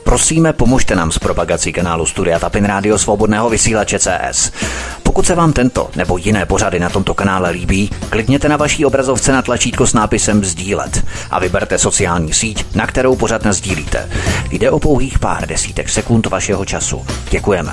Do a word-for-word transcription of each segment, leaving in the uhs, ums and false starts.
Prosíme, pomožte nám s propagací kanálu Studia Tapin Rádio Svobodného vysílače C S. Pokud se vám tento nebo jiné pořady na tomto kanále líbí, klikněte na vaší obrazovce na tlačítko s nápisem sdílet a vyberte sociální síť, na kterou pořad nasdílíte. Jde o pouhých pár desítek sekund vašeho času. Děkujeme.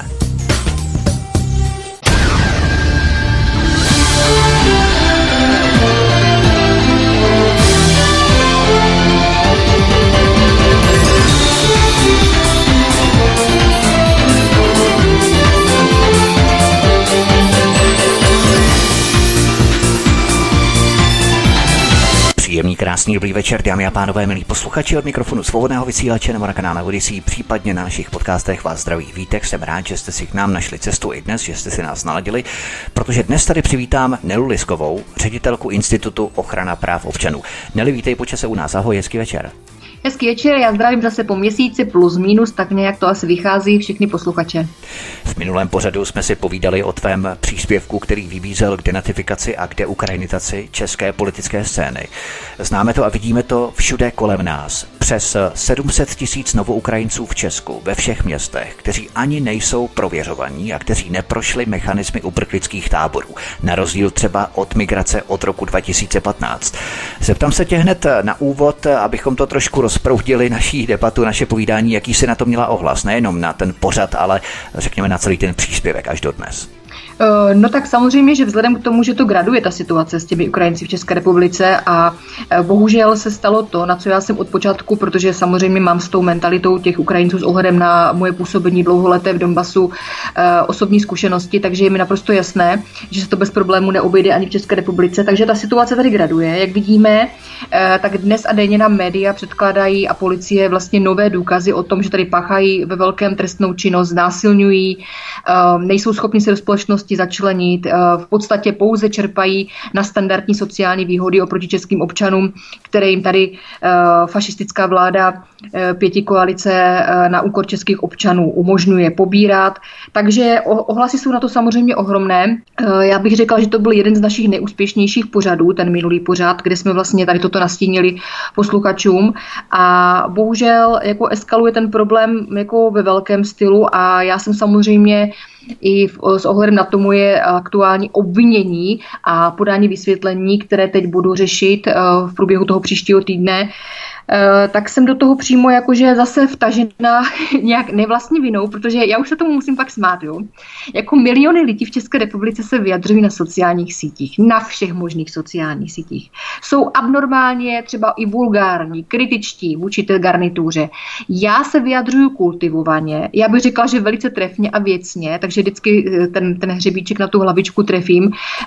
Příjemný, krásný, dobrý večer, dámy a pánové, milí posluchači, od mikrofonu Svobodného vysílače nebo na kanále Odyssey, případně na našich podcastech vás zdraví Vítek. Jsem rád, že jste si k nám našli cestu i dnes, že jste si nás naladili, protože dnes tady přivítám Nelu Liskovou, ředitelku Institutu ochrana práv občanů. Neli, vítej po čase u nás, ahoj, hezký večer. Hezký večer, já zdravím zase po měsíci plus minus, tak nějak to asi vychází všechny posluchače. V minulém pořadu jsme si povídali o tvém příspěvku, který vybízel k denatifikaci a k deukrajinizaci české politické scény. Známe to a vidíme to všude kolem nás. Přes sedm set tisíc novoukrajinců v Česku, ve všech městech, kteří ani nejsou prověřovaní a kteří neprošli mechanismy uprchlických táborů, na rozdíl třeba od migrace od roku dva tisíce patnáct. Zeptám se tě hned na úvod, abychom to trošku rozproudili naší debatu, naše povídání, jaký si na to měla ohlas, nejenom na ten pořad, ale řekněme na celý ten příspěvek až do dnes. No tak samozřejmě, že vzhledem k tomu, že to graduje ta situace s těmi Ukrajinci v České republice a bohužel se stalo to, na co já jsem od počátku, protože samozřejmě mám s tou mentalitou těch Ukrajinců s ohledem na moje působení dlouholeté v Donbasu osobní zkušenosti, takže je mi naprosto jasné, že se to bez problému neobejde ani v České republice, takže ta situace tady graduje. Jak vidíme, tak dnes a denně nám média předkládají a policie vlastně nové důkazy o tom, že tady páchají ve velkém trestnou činnost, znásilňují, nejsou schopni se do společnosti začlenit, v podstatě pouze čerpají na standardní sociální výhody oproti českým občanům, které jim tady fašistická vláda pěti koalice na úkor českých občanů umožňuje pobírat. Takže ohlasy jsou na to samozřejmě ohromné. Já bych řekla, že to byl jeden z našich nejúspěšnějších pořadů, ten minulý pořad, kde jsme vlastně tady toto nastínili posluchačům a bohužel jako eskaluje ten problém jako ve velkém stylu a já jsem samozřejmě i s ohledem na to moje aktuální obvinění a podání vysvětlení, které teď budu řešit v průběhu toho příštího týdne, tak jsem do toho přímo jakože zase vtažena nějak nevlastní vinou, protože já už se tomu musím pak smát, jo. Jako miliony lidí v České republice se vyjadřují na sociálních sítích, na všech možných sociálních sítích. Jsou abnormálně třeba i vulgární, kritičtí vůči té garnituře. Já se vyjadřuju kultivovaně, já bych řekla, že velice trefně a věcně, takže vždycky ten, ten hřebíček na tu hlavičku trefím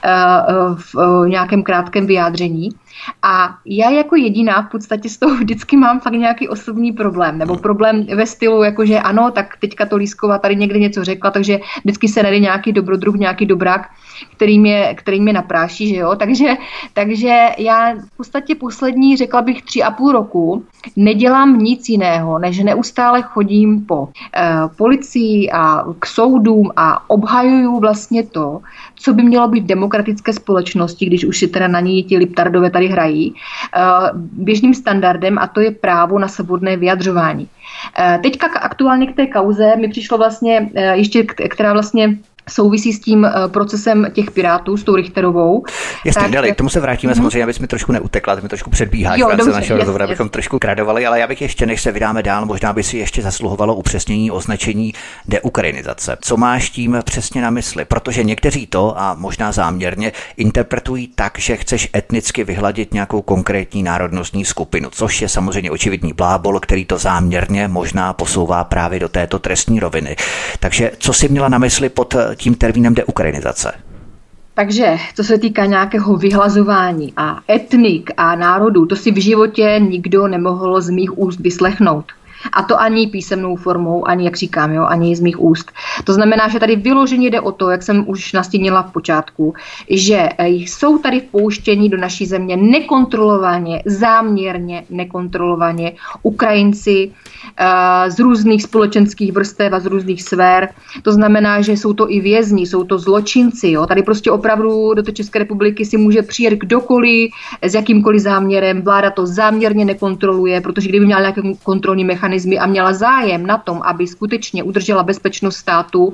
v nějakém krátkém vyjádření. A já jako jediná v podstatě z toho vždycky mám fakt nějaký osobní problém, nebo problém ve stylu, jakože ano, tak teďka to Lísková tady někde něco řekla, takže vždycky se najde nějaký dobrodruh, nějaký dobrák, který mě, který mě napráší, že jo, takže, takže já v podstatě poslední, řekla bych tři a půl roku, nedělám nic jiného, než neustále chodím po eh, policii a k soudům a obhajuju vlastně to, co by mělo být v demokratické společnosti, když už si teda na ní ti liptardové tady hrají, eh, běžným standardem a to je právo na svobodné vyjadřování. Eh, teďka aktuálně k té kauze mi přišlo vlastně eh, ještě, která vlastně souvisí s tím procesem těch Pirátů, s tou Richterovou. Jasně, dali, k tomu se vrátíme mm-hmm. samozřejmě, aby jsme trošku neutekla, ty mi trošku předbíháš v rámci našeho rozhovoru, abychom trošku gradovali, ale já bych ještě, než se vydáme dál, možná by si ještě zasluhovalo upřesnění označení deukrajinizace. Co máš tím přesně na mysli? Protože někteří to, a možná záměrně, interpretují tak, že chceš etnicky vyhladit nějakou konkrétní národnostní skupinu, což je samozřejmě očividný blábol, který to záměrně možná posouvá právě do této trestní roviny. Takže co jsi měla na mysli pod tím termínem deukrajinizace? Takže, co se týká nějakého vyhlazování a etnik a národů, to si v životě nikdo nemohl z mých úst vyslechnout. A to ani písemnou formou, ani, jak říkám, jo, ani z mých úst. To znamená, že tady vyloženě jde o to, jak jsem už nastínila v počátku, že jsou tady vpouštění do naší země nekontrolovaně, záměrně nekontrolovaně Ukrajinci uh, z různých společenských vrstev a z různých sfér. To znamená, že jsou to i vězni, jsou to zločinci. Jo. Tady prostě opravdu do té České republiky si může přijet kdokoliv s jakýmkoliv záměrem. Vláda to záměrně nekontroluje, protože kdyby měla nějaký kontrolní mechanismus, mechanismy a měla zájem na tom, aby skutečně udržela bezpečnost státu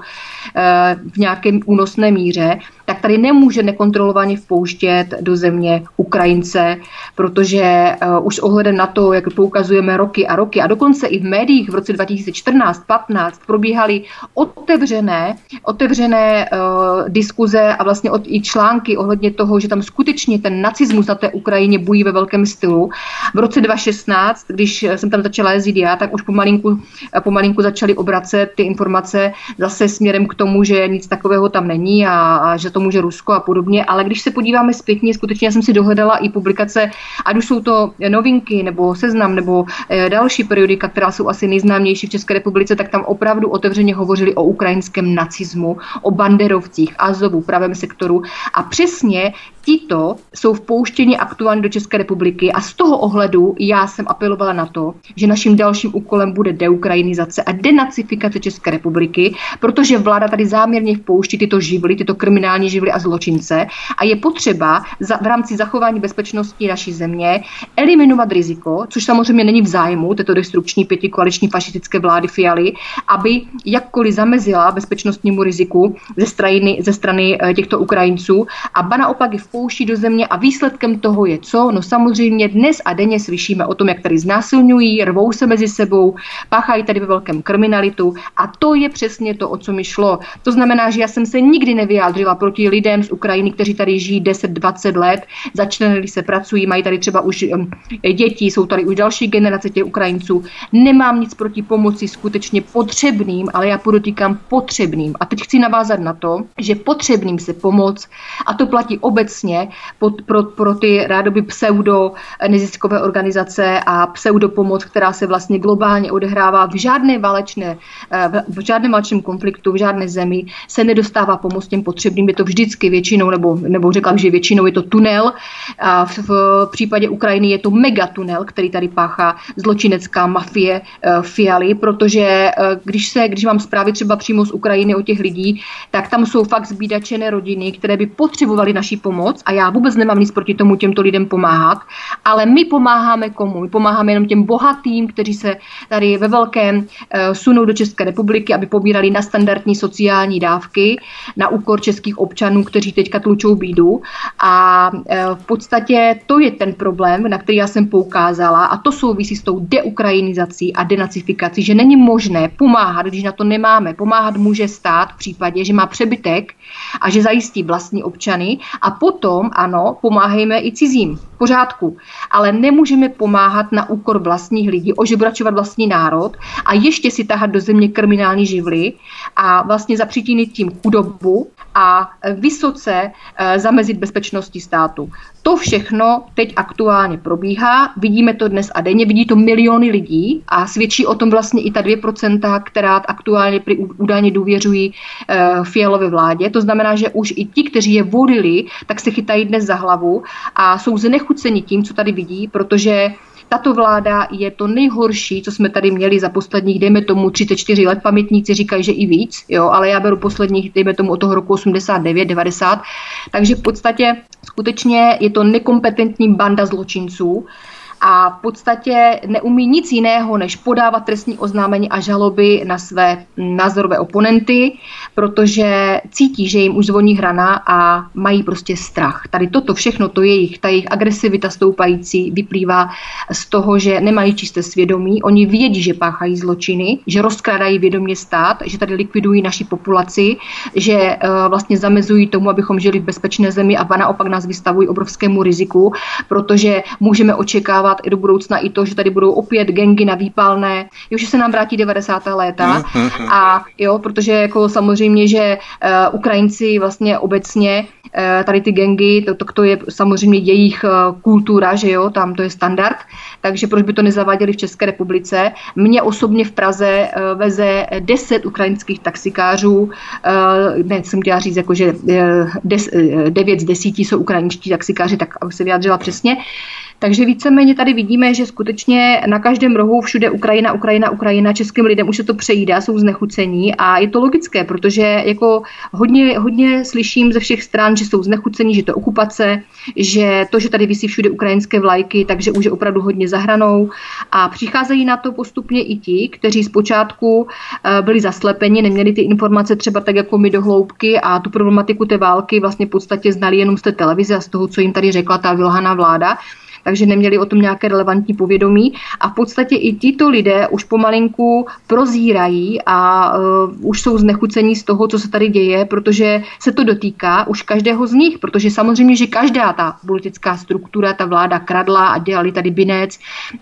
v nějakém únosné míře, tak tady nemůže nekontrolovaně vpouštět do země Ukrajince, protože uh, už s ohledem na to, jak poukazujeme roky a roky, a dokonce i v médiích v roce dva tisíce čtrnáct patnáct probíhaly otevřené, otevřené uh, diskuze a vlastně od, i články ohledně toho, že tam skutečně ten nacismus na té Ukrajině bují ve velkém stylu. V roce dva tisíce šestnáct, když jsem tam začala jezdit já, tak už pomalinku, pomalinku začaly obracet ty informace zase směrem k tomu, že nic takového tam není a, a že to může Rusko a podobně, ale když se podíváme zpětně, skutečně já jsem si dohledala i publikace, ať už jsou to Novinky nebo Seznam nebo e, další periodika, která jsou asi nejznámější v České republice, tak tam opravdu otevřeně hovořili o ukrajinském nacismu, o banderovcích, Azovu, pravém sektoru a přesně tito jsou vpouštěni aktuálně do České republiky a z toho ohledu já jsem apelovala na to, že naším dalším úkolem bude deukrajinizace a denacifikace České republiky, protože vláda tady záměrně vpouští tyto živly, tyto kriminální živly a zločince a je potřeba za, v rámci zachování bezpečnosti naší země eliminovat riziko, což samozřejmě není v zájmu této destrukční pětikoaliční fašistické vlády Fialy, aby jakkoliv zamezila bezpečnostnímu riziku ze strany, ze strany těchto Ukrajinců a ba naopak je vpouští do země a výsledkem toho je co? No samozřejmě dnes a denně slyšíme o tom, jak tady znásilňují, rvou se mezi sebou, páchají tady ve velkém kriminalitu a to je přesně to, o co mi šlo. To znamená, že já jsem se nikdy nevyjádřila proti lidem z Ukrajiny, kteří tady žijí deset dvacet let, začlenili se, pracují, mají tady třeba už děti, jsou tady už další generace těch Ukrajinců. Nemám nic proti pomoci skutečně potřebným, ale já podotýkám potřebným. A teď chci navázat na to, že potřebným se pomoct, a to platí obecně pod, pro, pro ty rádoby pseudo neziskové organizace a pseudopomoc, která se vlastně globálně odehrává v žádné válečné, v žádném válečném konfliktu, v žádné zemi se nedostává pomoc těm potřebným. Je to vždycky většinou, nebo, nebo řekla, že většinou je to tunel. A v, v případě Ukrajiny je to megatunel, který tady páchá zločinecká mafie e, Fialy, protože e, když, se, když mám zprávy třeba přímo z Ukrajiny o těch lidí, tak tam jsou fakt zbídačené rodiny, které by potřebovaly naší pomoc a já vůbec nemám nic proti tomu těmto lidem pomáhat, ale my pomáháme komu? My pomáháme jenom těm bohatým, kteří se tady ve velkém e, sunou do České republiky, aby pobírali na standardní sociální dávky na úkor českých občanů, kteří teďka tlučou bídu. A e, v podstatě to je ten problém, na který já jsem poukázala a to souvisí s tou deukrajinizací a denacifikací, že není možné pomáhat, když na to nemáme. Pomáhat může stát v případě, že má přebytek a že zajistí vlastní občany a potom, ano, pomáhejme i cizím. V pořádku. Ale nemůžeme pomáhat na úkor vlastních lidí, ožebračovat vlastní národ a ještě si tahat do země kriminální živly a vlastně zapřičinit tím chudobu a vysoce e, zamezit bezpečnosti státu. To všechno teď aktuálně probíhá, vidíme to dnes a denně, vidí to miliony lidí a svědčí o tom vlastně i ta dvě procenta, která aktuálně údajně důvěřují e, Fialově vládě. To znamená, že už i ti, kteří je volili, tak se chytají dnes za hlavu a jsou znechuceni tím, co tady vidí, protože tato vláda je to nejhorší, co jsme tady měli za posledních, dejme tomu, třicet čtyři let. Pamětníci říkají, že i víc, jo, ale já beru posledních, dejme tomu, od toho roku osmdesát devět devadesát. Takže v podstatě skutečně je to nekompetentní banda zločinců a v podstatě neumí nic jiného, než podávat trestní oznámení a žaloby na své názorové oponenty, protože cítí, že jim už zvoní hrana a mají prostě strach. Tady toto všechno, to jejich, ta jejich agresivita stoupající vyplývá z toho, že nemají čisté svědomí. Oni vědí, že páchají zločiny, že rozkrádají vědomě stát, že tady likvidují naši populaci, že uh, vlastně zamezují tomu, abychom žili v bezpečné zemi a naopak nás vystavují obrovskému riziku, protože můžeme očekávat i do budoucna i to, že tady budou opět gengy na výpalné, jo, že se nám vrátí devadesátá léta a jo, protože jako samozřejmě, že uh, Ukrajinci vlastně obecně uh, tady ty gengy, to, to, to je samozřejmě jejich uh, kultura, že jo, tam to je standard, takže proč by to nezaváděli v České republice. Mě osobně v Praze uh, veze deset ukrajinských taxikářů, uh, ne, jsem chtěla říct, jako, že uh, des, uh, devět z desíti jsou ukrajinští taxikáři, tak abych se vyjádřila přesně. Takže víceméně tady vidíme, že skutečně na každém rohu všude Ukrajina, Ukrajina, Ukrajina, českým lidem už se to přejídá, jsou znechucení a je to logické, protože jako hodně, hodně slyším ze všech stran, že jsou znechucení, že to okupace, že to, že tady visí všude ukrajinské vlajky, takže už je opravdu hodně za hranou a přicházejí na to postupně i ti, kteří zpočátku byli zaslepeni, neměli ty informace třeba tak jako my do hloubky a tu problematiku té války vlastně v podstatě znali jenom z té televize a z toho, co jim tady řekla ta vylhaná vláda. Takže neměli o tom nějaké relevantní povědomí a v podstatě i tito lidé už pomalinku prozírají a uh, už jsou znechucení z toho, co se tady děje, protože se to dotýká už každého z nich, protože samozřejmě, že každá ta politická struktura, ta vláda kradla a dělali tady binec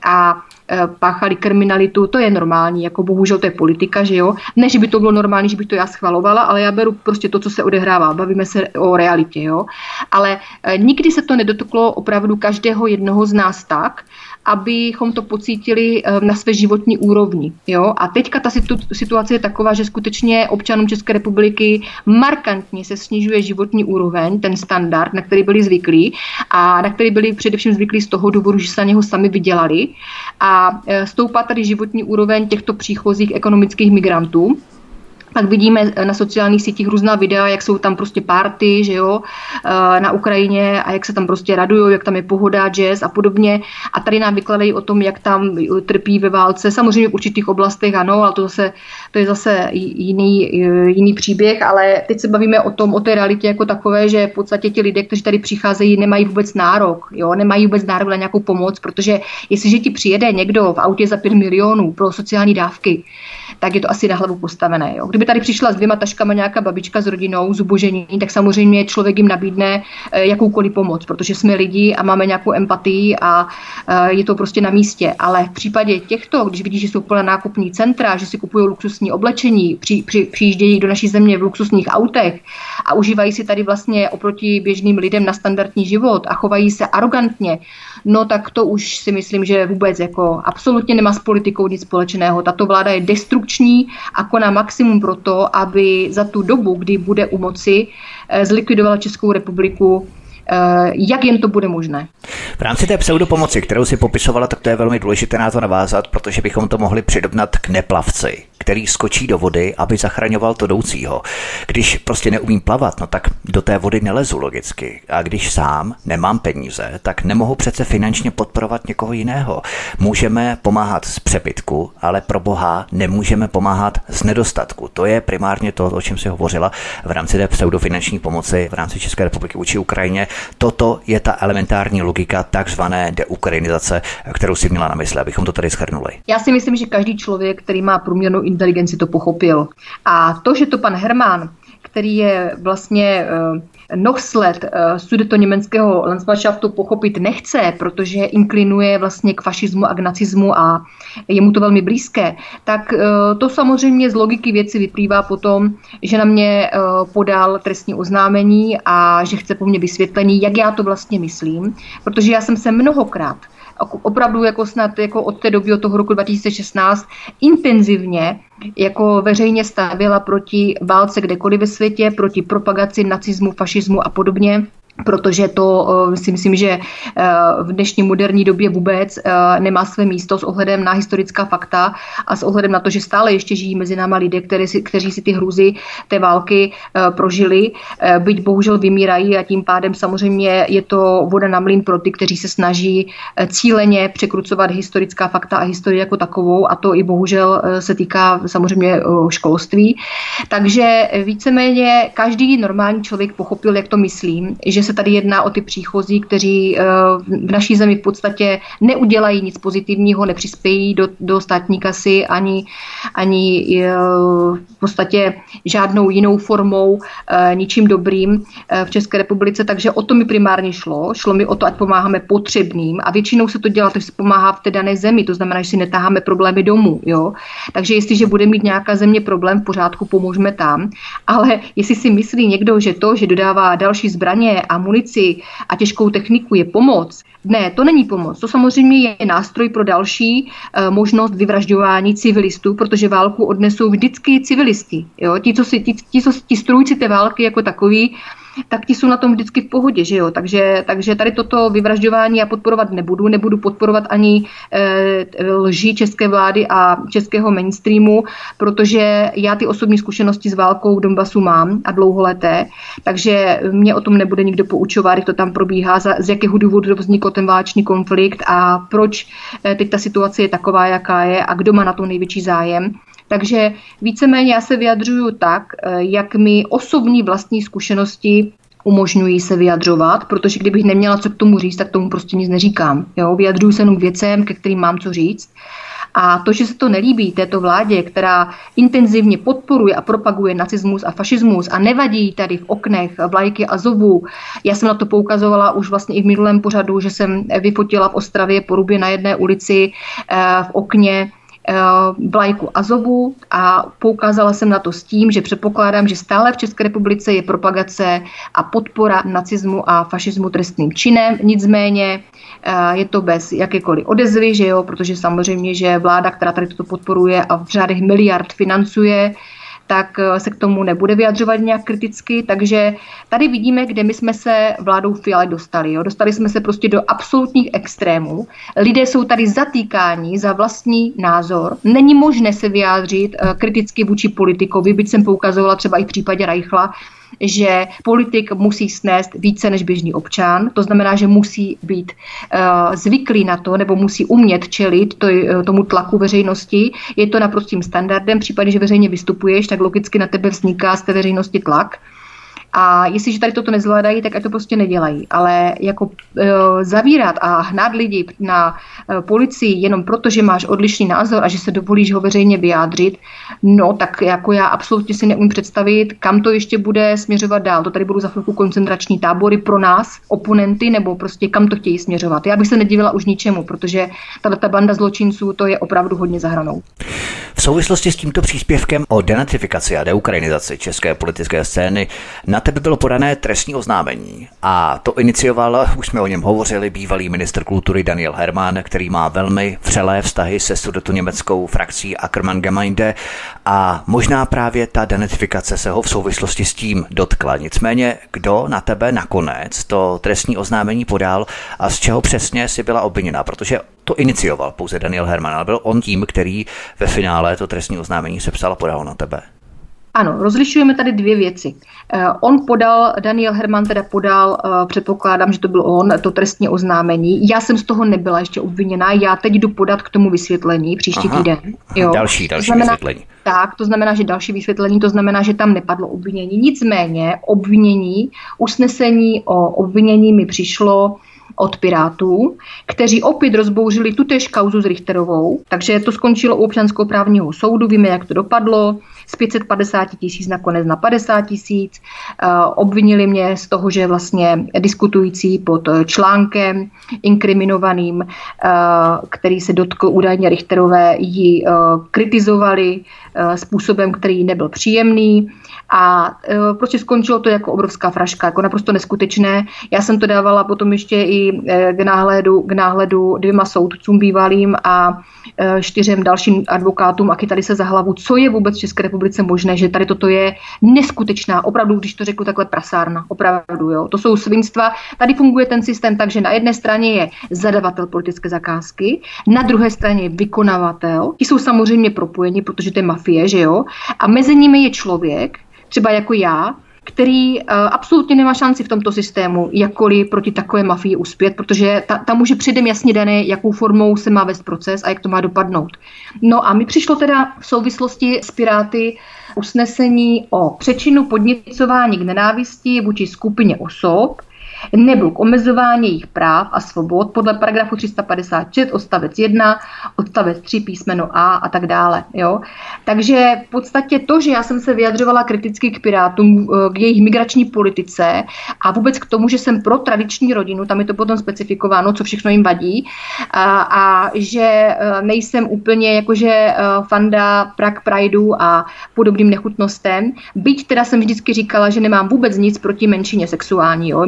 a páchali kriminalitu, to je normální, jako bohužel to je politika, že jo. Ne, že by to bylo normální, že bych to já schvalovala, ale já beru prostě to, co se odehrává, bavíme se o realitě, jo. Ale nikdy se to nedotklo opravdu každého jednoho z nás tak, abychom to pocítili na své životní úrovni. Jo? A teďka ta situace je taková, že skutečně občanům České republiky markantně se snižuje životní úroveň, ten standard, na který byli zvyklí a na který byli především zvyklí z toho důvodu, že se na něho sami vydělali. A stoupá tady životní úroveň těchto příchozích ekonomických migrantů. Pak vidíme na sociálních sítích různá videa, jak jsou tam prostě party, že jo, na Ukrajině a jak se tam prostě radujou, jak tam je pohoda, jazz a podobně. A tady nám vykladají o tom, jak tam trpí ve válce. Samozřejmě v určitých oblastech ano, ale to, zase, to je zase jiný, jiný příběh. Ale teď se bavíme o tom, o té realitě jako takové, že v podstatě ti lidé, kteří tady přicházejí, nemají vůbec nárok. Jo? Nemají vůbec nárok na nějakou pomoc, protože jestliže ti přijede někdo v autě za pět milionů pro sociální dávky, tak je to asi na hlavu postavené. Jo? Kdyby tady přišla s dvěma taškama nějaká babička s rodinou, zubožení, tak samozřejmě člověk jim nabídne jakoukoliv pomoc, protože jsme lidi a máme nějakou empatii a je to prostě na místě. Ale v případě těchto, když vidíš, že jsou plná nákupní centra, že si kupují luxusní oblečení, při, při, přijíždějí do naší země v luxusních autech a užívají si tady vlastně oproti běžným lidem na standardní život a chovají se arrogantně, no tak to už si myslím, že vůbec jako absolutně nemá s politikou nic společného. Tato vláda je destrukční a koná maximum pro to, aby za tu dobu, kdy bude u moci, zlikvidovala Českou republiku, jak jen to bude možné. V rámci té pseudopomoci, kterou si popisovala, tak to je velmi důležité na to navázat, protože bychom to mohli přidobnat k neplavci, který skočí do vody, aby zachraňoval tonoucího. Když prostě neumím plavat, no tak do té vody nelezu logicky. A když sám nemám peníze, tak nemohu přece finančně podporovat někoho jiného. Můžeme pomáhat z přebytku, ale pro Boha nemůžeme pomáhat z nedostatku. To je primárně to, o čem si hovořila v rámci té pseudofinanční pomoci v rámci České republiky vůči Ukrajině. Toto je ta elementární logika takzvané deukrajinizace, kterou si měla na mysli, abychom to tady shrnuli. Já si myslím, že každý člověk, který má průměrnou inteligenci, to pochopil. A to, že to pan Herman, který je vlastně uh, nohsled uh, sudetoněmeckého Landsmannschaftu, pochopit nechce, protože inklinuje vlastně k fašismu a k nacismu a je mu to velmi blízké, tak uh, to samozřejmě z logiky věci vyplývá potom, že na mě uh, podal trestní oznámení a že chce po mně vysvětlení, jak já to vlastně myslím, protože já jsem se mnohokrát opravdu jako snad jako od té doby, od toho roku dva tisíce šestnáct, intenzivně jako veřejně stavěla proti válce kdekoliv ve světě, proti propagaci nacismu, fašismu a podobně. Protože to si myslím, že v dnešní moderní době vůbec nemá své místo s ohledem na historická fakta a s ohledem na to, že stále ještě žijí mezi náma lidé, kteří si, kteří si ty hrůzy té války prožili, byť bohužel vymírají a tím pádem samozřejmě je to voda na mlýn pro ty, kteří se snaží cíleně překrucovat historická fakta a historii jako takovou, a to i bohužel se týká samozřejmě školství. Takže víceméně každý normální člověk pochopil, jak to myslím, že se tady jedná o ty příchozí, kteří v naší zemi v podstatě neudělají nic pozitivního, nepřispějí do, do státní kasy ani, ani v podstatě žádnou jinou formou, ničím dobrým v České republice. Takže o to mi primárně šlo. Šlo mi o to, ať pomáháme potřebným a většinou se to dělá, to se pomáhá v té dané zemi, to znamená, že si netáháme problémy domů. Jo? Takže jestliže bude mít nějaká země problém, v pořádku, pomožme tam. Ale jestli si myslí někdo, že to, že dodává další zbraně a munici a těžkou techniku je pomoc. Ne, to není pomoc. To samozřejmě je nástroj pro další e, možnost vyvražďování civilistů, protože válku odnesou vždycky civilisti. Jo? Ti, co si, ti, ti, co, ti strůjci té války jako takový tak ti jsou na tom vždycky v pohodě, že jo. Takže, takže tady toto vyvražďování já podporovat nebudu, nebudu podporovat ani e, lži české vlády a českého mainstreamu, protože já ty osobní zkušenosti s válkou v Donbasu mám a dlouholeté, takže mě o tom nebude nikdo poučovat, jak to tam probíhá, za, z jakého důvodu vznikl ten válečný konflikt a proč teď ta situace je taková, jaká je a kdo má na to největší zájem. Takže víceméně já se vyjadřuju tak, jak mi osobní vlastní zkušenosti umožňují se vyjadřovat, protože kdybych neměla co k tomu říct, tak tomu prostě nic neříkám. Jo? Vyjadřuju se jenom k věcem, ke kterým mám co říct. A to, že se to nelíbí této vládě, která intenzivně podporuje a propaguje nacismus a fašismus a nevadí tady v oknech vlajky Azovu. Já jsem na to poukazovala už vlastně i v minulém pořadu, že jsem vyfotila v Ostravě porubě na jedné ulici v okně vlajku Azovu a poukázala jsem na to s tím, že předpokládám, že stále v České republice je propagace a podpora nacismu a fašismu trestným činem. Nicméně je to bez jakékoliv odezvy, že jo, protože samozřejmě, že vláda, která tady toto podporuje a v řádech miliard financuje, tak se k tomu nebude vyjadřovat nějak kriticky. Takže tady vidíme, kde my jsme se vládou Fialy dostali. Jo. Dostali jsme se prostě do absolutních extrémů. Lidé jsou tady zatýkáni za vlastní názor. Není možné se vyjádřit kriticky vůči politikovi, byť jsem poukazovala třeba i v případě Reichla, že politik musí snést více než běžný občan, to znamená, že musí být uh, zvyklý na to, nebo musí umět čelit to, tomu tlaku veřejnosti. Je to naprostým standardem, v případě, že veřejně vystupuješ, tak logicky na tebe vzniká z té veřejnosti tlak. A jestliže tady toto nezvládají, tak ať to prostě nedělají. Ale jako e, zavírat a hnát lidi na e, policii jenom proto, že máš odlišný názor a že se dovolíš ho veřejně vyjádřit, no tak jako já absolutně si neumím představit, kam to ještě bude směřovat dál. To tady budou za chvilku koncentrační tábory pro nás, oponenty, nebo prostě kam to chtějí směřovat. Já bych se nedivila už ničemu, protože tato banda zločinců, to je opravdu hodně za hranou. V souvislosti s tímto příspěvkem o denatifikaci a deukrajinizaci české politické scény na tebe bylo podané trestní oznámení a to inicioval, už jsme o něm hovořili, bývalý ministr kultury Daniel Herman, který má velmi vřelé vztahy se sudetoněmeckou frakcí Ackermann-Gemeinde a možná právě ta denatifikace se ho v souvislosti s tím dotkla. Nicméně, kdo na tebe nakonec to trestní oznámení podal a z čeho přesně si byla obviněna, protože to inicioval pouze Daniel Herman, ale byl on tím, který ve finále to trestní oznámení sepsal a podal na tebe. Ano, rozlišujeme tady dvě věci. Uh, on podal, Daniel Herman teda podal, uh, předpokládám, že to byl on, to trestní oznámení. Já jsem z toho nebyla ještě obviněná, já teď jdu podat k tomu vysvětlení příští Aha, týden. Jo. Další, další znamená, vysvětlení. Tak, to znamená, že další vysvětlení, to znamená, že tam nepadlo obvinění. Nicméně obvinění, usnesení o obvinění mi přišlo od Pirátů, kteří opět rozbouřili tutéž kauzu s Richterovou, takže to skončilo u občanskoprávního soudu, víme, jak to dopadlo, z pět set padesát tisíc nakonec na padesát tisíc, uh, obvinili mě z toho, že vlastně diskutující pod článkem inkriminovaným, uh, který se dotkl údajně Richterové, ji uh, kritizovali uh, způsobem, který nebyl příjemný. A e, prostě skončilo to jako obrovská fraška, jako naprosto neskutečné. Já jsem to dávala potom ještě i e, k, náhledu, k náhledu dvěma soudcům bývalým a e, čtyřem dalším advokátům a chytali se za hlavu, co je vůbec v České republice možné, že tady toto je neskutečná, opravdu, když to řeknu takhle, prasárna, opravdu, jo. To jsou svinstva. Tady funguje ten systém tak, že na jedné straně je zadavatel politické zakázky, na druhé straně je vykonavatel. Ti jsou samozřejmě propojeni, protože to je mafie, že jo. A mezi nimi je člověk, třeba jako já, který uh, absolutně nemá šanci v tomto systému jakkoliv proti takové mafii uspět, protože ta, tam už je předem jasně dané, jakou formou se má vést proces a jak to má dopadnout. No a mi přišlo teda v souvislosti s Piráty usnesení o přečinu podněcování k nenávisti vůči skupině osob nebo k omezování jejich práv a svobod podle paragrafu tři sta padesát šest odstavec jedna, odstavec tři písmeno A a tak dále. Jo? Takže v podstatě to, že já jsem se vyjadřovala kriticky k Pirátům, k jejich migrační politice a vůbec k tomu, že jsem pro tradiční rodinu, tam je to potom specifikováno, co všechno jim vadí, a, a že nejsem úplně jakože fanda Prague Prideu a podobným nechutnostem, byť teda jsem vždycky říkala, že nemám vůbec nic proti menšině sexuální. Jo? Mě je úplně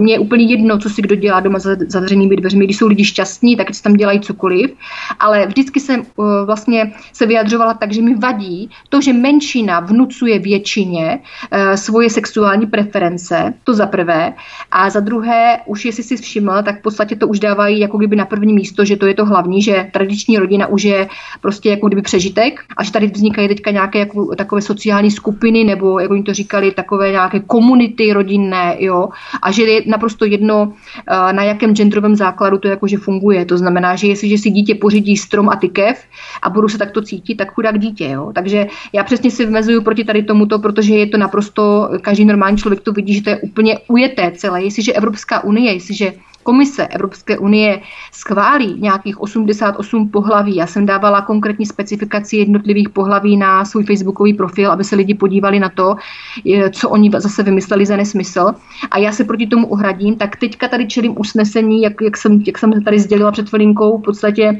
úplně jedno, co si kdo dělá doma za zavřenými dveřmi, když jsou lidi šťastní, tak si tam dělají cokoliv, ale vždycky jsem uh, vlastně se vyjadřovala tak, že mi vadí to, že menšina vnucuje většině uh, svoje sexuální preference, to za prvé, a za druhé, už jestli si všiml, tak v podstatě to už dávají jako kdyby na první místo, že to je to hlavní, že tradiční rodina už je prostě jako kdyby přežitek a že tady vznikají teďka nějaké jako, takové sociální skupiny nebo, jak oni to říkali, takové nějaké komunity rodinné, jo, a že je naprosto jedno, na jakém genderovém základu to jakože funguje. To znamená, že jestliže si dítě pořídí strom a tykev a budu se takto cítit, tak chudák dítě, jo. Takže já přesně si vymezuju proti tady tomuto, protože je to naprosto, každý normální člověk to vidí, že to je úplně ujeté celé. Jestliže Evropská unie, jestliže Komise Evropské unie schválí nějakých osmdesát osm pohlaví. Já jsem dávala konkrétní specifikaci jednotlivých pohlaví na svůj facebookový profil, aby se lidi podívali na to, co oni zase vymysleli za nesmysl. A já se proti tomu ohradím, tak teďka tady čelím usnesení, jak, jak, jsem, jak jsem tady sdělila před chvilinkou, v podstatě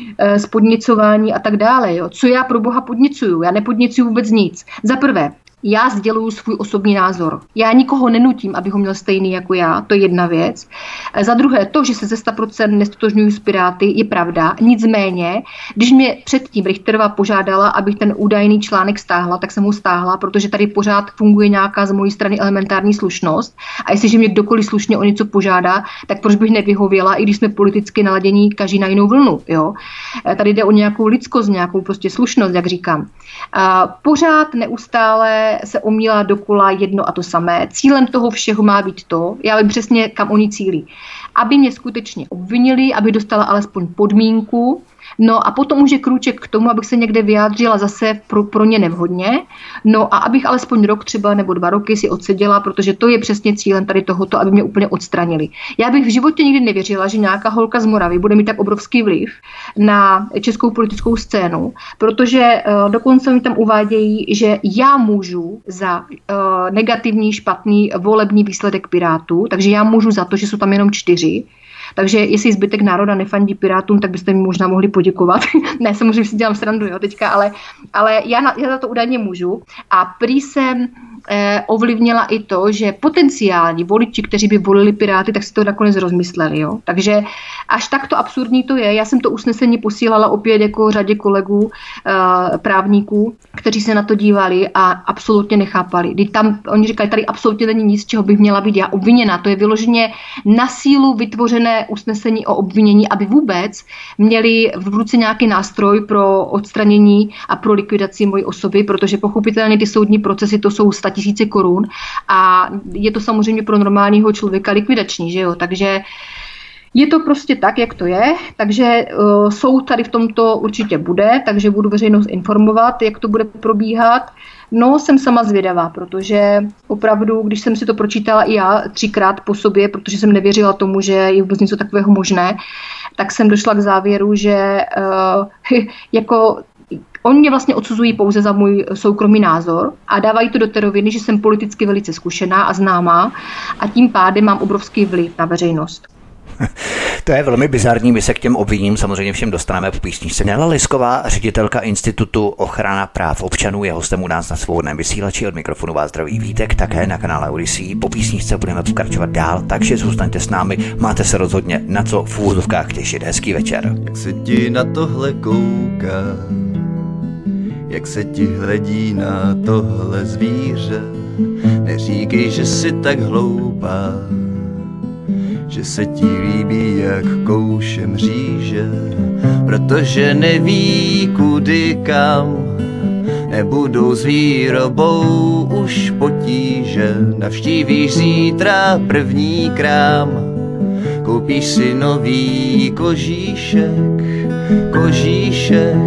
z podněcování a tak dále. Jo. Co já pro boha podněcuju? Já nepodněcuju vůbec nic. Za prvé, já sděluju svůj osobní názor. Já nikoho nenutím, aby ho měl stejný jako já, to je jedna věc. Za druhé, to, že se ze sto procent nestotožňuji s Piráty, je pravda. Nicméně, když mě předtím Richterová požádala, abych ten údajný článek stáhla, tak jsem ho stáhla, protože tady pořád funguje nějaká z mojí strany elementární slušnost. A jestliže mě kdokoliv slušně o něco požádá, tak proč bych nevyhověla, i když jsme politicky naladění každý na jinou vlnu. Jo? Tady jde o nějakou lidskost, nějakou prostě slušnost, jak říkám. A pořád neustále se omílá dokola jedno a to samé. Cílem toho všeho má být to, já vím přesně, kam oni cílí, aby mě skutečně obvinili, aby dostala alespoň podmínku, no a potom už je krůček k tomu, abych se někde vyjádřila zase pro, pro ně nevhodně, no a abych alespoň rok třeba nebo dva roky si odseděla, protože to je přesně cílem tady tohoto, aby mě úplně odstranili. Já bych v životě nikdy nevěřila, že nějaká holka z Moravy bude mít tak obrovský vliv na českou politickou scénu, protože uh, dokonce mi tam uvádějí, že já můžu za uh, negativní, špatný volební výsledek Pirátů, takže já můžu za to, že jsou tam jenom čtyři. Takže jestli zbytek národa nefandí Pirátům, tak byste mi možná mohli poděkovat. Ne, samozřejmě si dělám srandu, jo, teďka, ale, ale já, na, já za to údajně můžu. A prý jsem eh, ovlivnila i to, že potenciální voliči, kteří by volili Piráty, tak si to nakonec rozmysleli. Jo. Takže až takto absurdní to je. Já jsem to usnesení posílala opět jako řadě kolegů, eh, právníků, kteří se na to dívali a absolutně nechápali. Kdy tam, oni říkají, tady absolutně není nic, čeho bych měla být já obviněna. To je vyloženě na sílu vytvořené usnesení o obvinění, aby vůbec měli v ruce nějaký nástroj pro odstranění a pro likvidaci mojí osoby, protože pochopitelně ty soudní procesy to jsou statisíce korun a je to samozřejmě pro normálního člověka likvidační, že jo? Takže je to prostě tak, jak to je, takže uh, soud tady v tomto určitě bude, takže budu veřejnost informovat, jak to bude probíhat. No, jsem sama zvědavá, protože opravdu, když jsem si to pročítala i já třikrát po sobě, protože jsem nevěřila tomu, že je vůbec něco takového možné, tak jsem došla k závěru, že uh, jako oni mě vlastně odsuzují pouze za můj soukromý názor a dávají to do té roviny, že jsem politicky velice zkušená a známá a tím pádem mám obrovský vliv na veřejnost. To je velmi bizarní, my se k těm obviním samozřejmě všem dostaneme po písničce. Nela Lisková, ředitelka Institutu ochrana práv občanů, je hostem u nás na Svobodném vysílači. Od mikrofonu vás zdraví Vítek, také na kanále Odyssey. Po písničce budeme pokračovat dál, takže zůstaňte s námi, máte se rozhodně na co v úvodovkách těšit. Hezký večer. Jak se ti na tohle kouká, jak se ti hledí na tohle zvíře, neříkej, že jsi tak hloupá, že se ti líbí, jak kouše mříže, protože neví kudy kam, nebudou s výrobou už potíže, navštívíš zítra první krám, koupíš si nový kožíšek, kožíšek,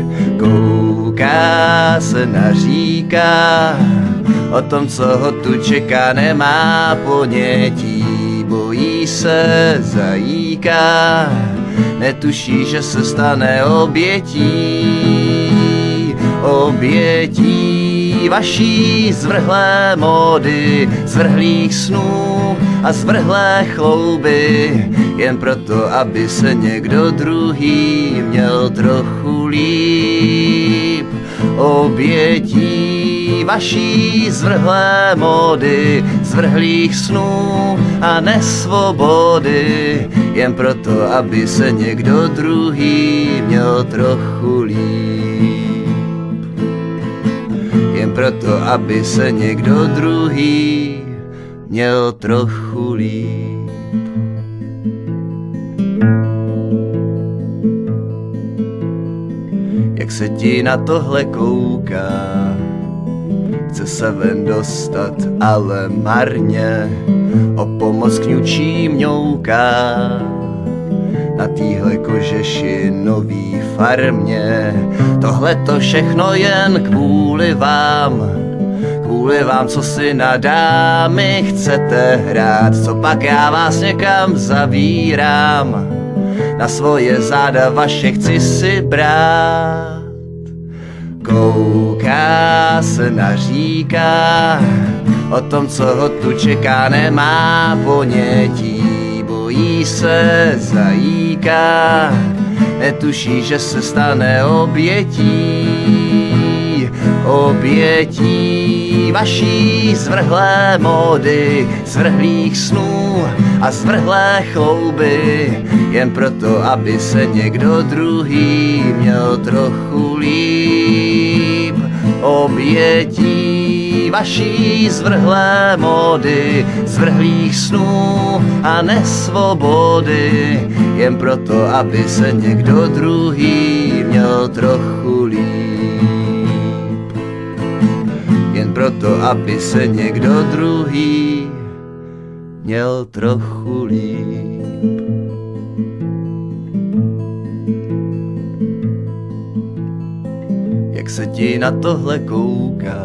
kouká se naříká, o tom, co ho tu čeká, nemá ponětí. Bojí se, zajíká, netuší, že se stane obětí, obětí vaší zvrhlé módy, zvrhlých snů a zvrhlé chlouby, jen proto, aby se někdo druhý měl trochu líp, obětí vaší zvrhlé módy, zvrhlých snů a nesvobody, jen proto, aby se někdo druhý měl trochu líp. Jen proto, aby se někdo druhý měl trochu líp. Jak se ti na tohle kouká, chce se ven dostat, ale marně, o pomoc kňučí mňouká. Na týhle kožeši nový farmě, tohle to všechno jen kvůli vám. Kvůli vám, co si na dámy chcete hrát, co pak já vás někam zavírám. Na svoje záda vaše chci si brát. Kouká se naříká o tom, co ho tu čeká, nemá ponětí. Bojí se, zajíká, netuší, že se stane obětí. Obětí vaší zvrhlé módy, zvrhlých snů a zvrhlé chlouby, jen proto, aby se někdo druhý měl trochu líp. Obětí vaší zvrhlé módy, zvrhlých snů a nesvobody, jen proto, aby se někdo druhý měl trochu líp. Jen proto, aby se někdo druhý měl trochu líp. Jak se ti na tohle kouká,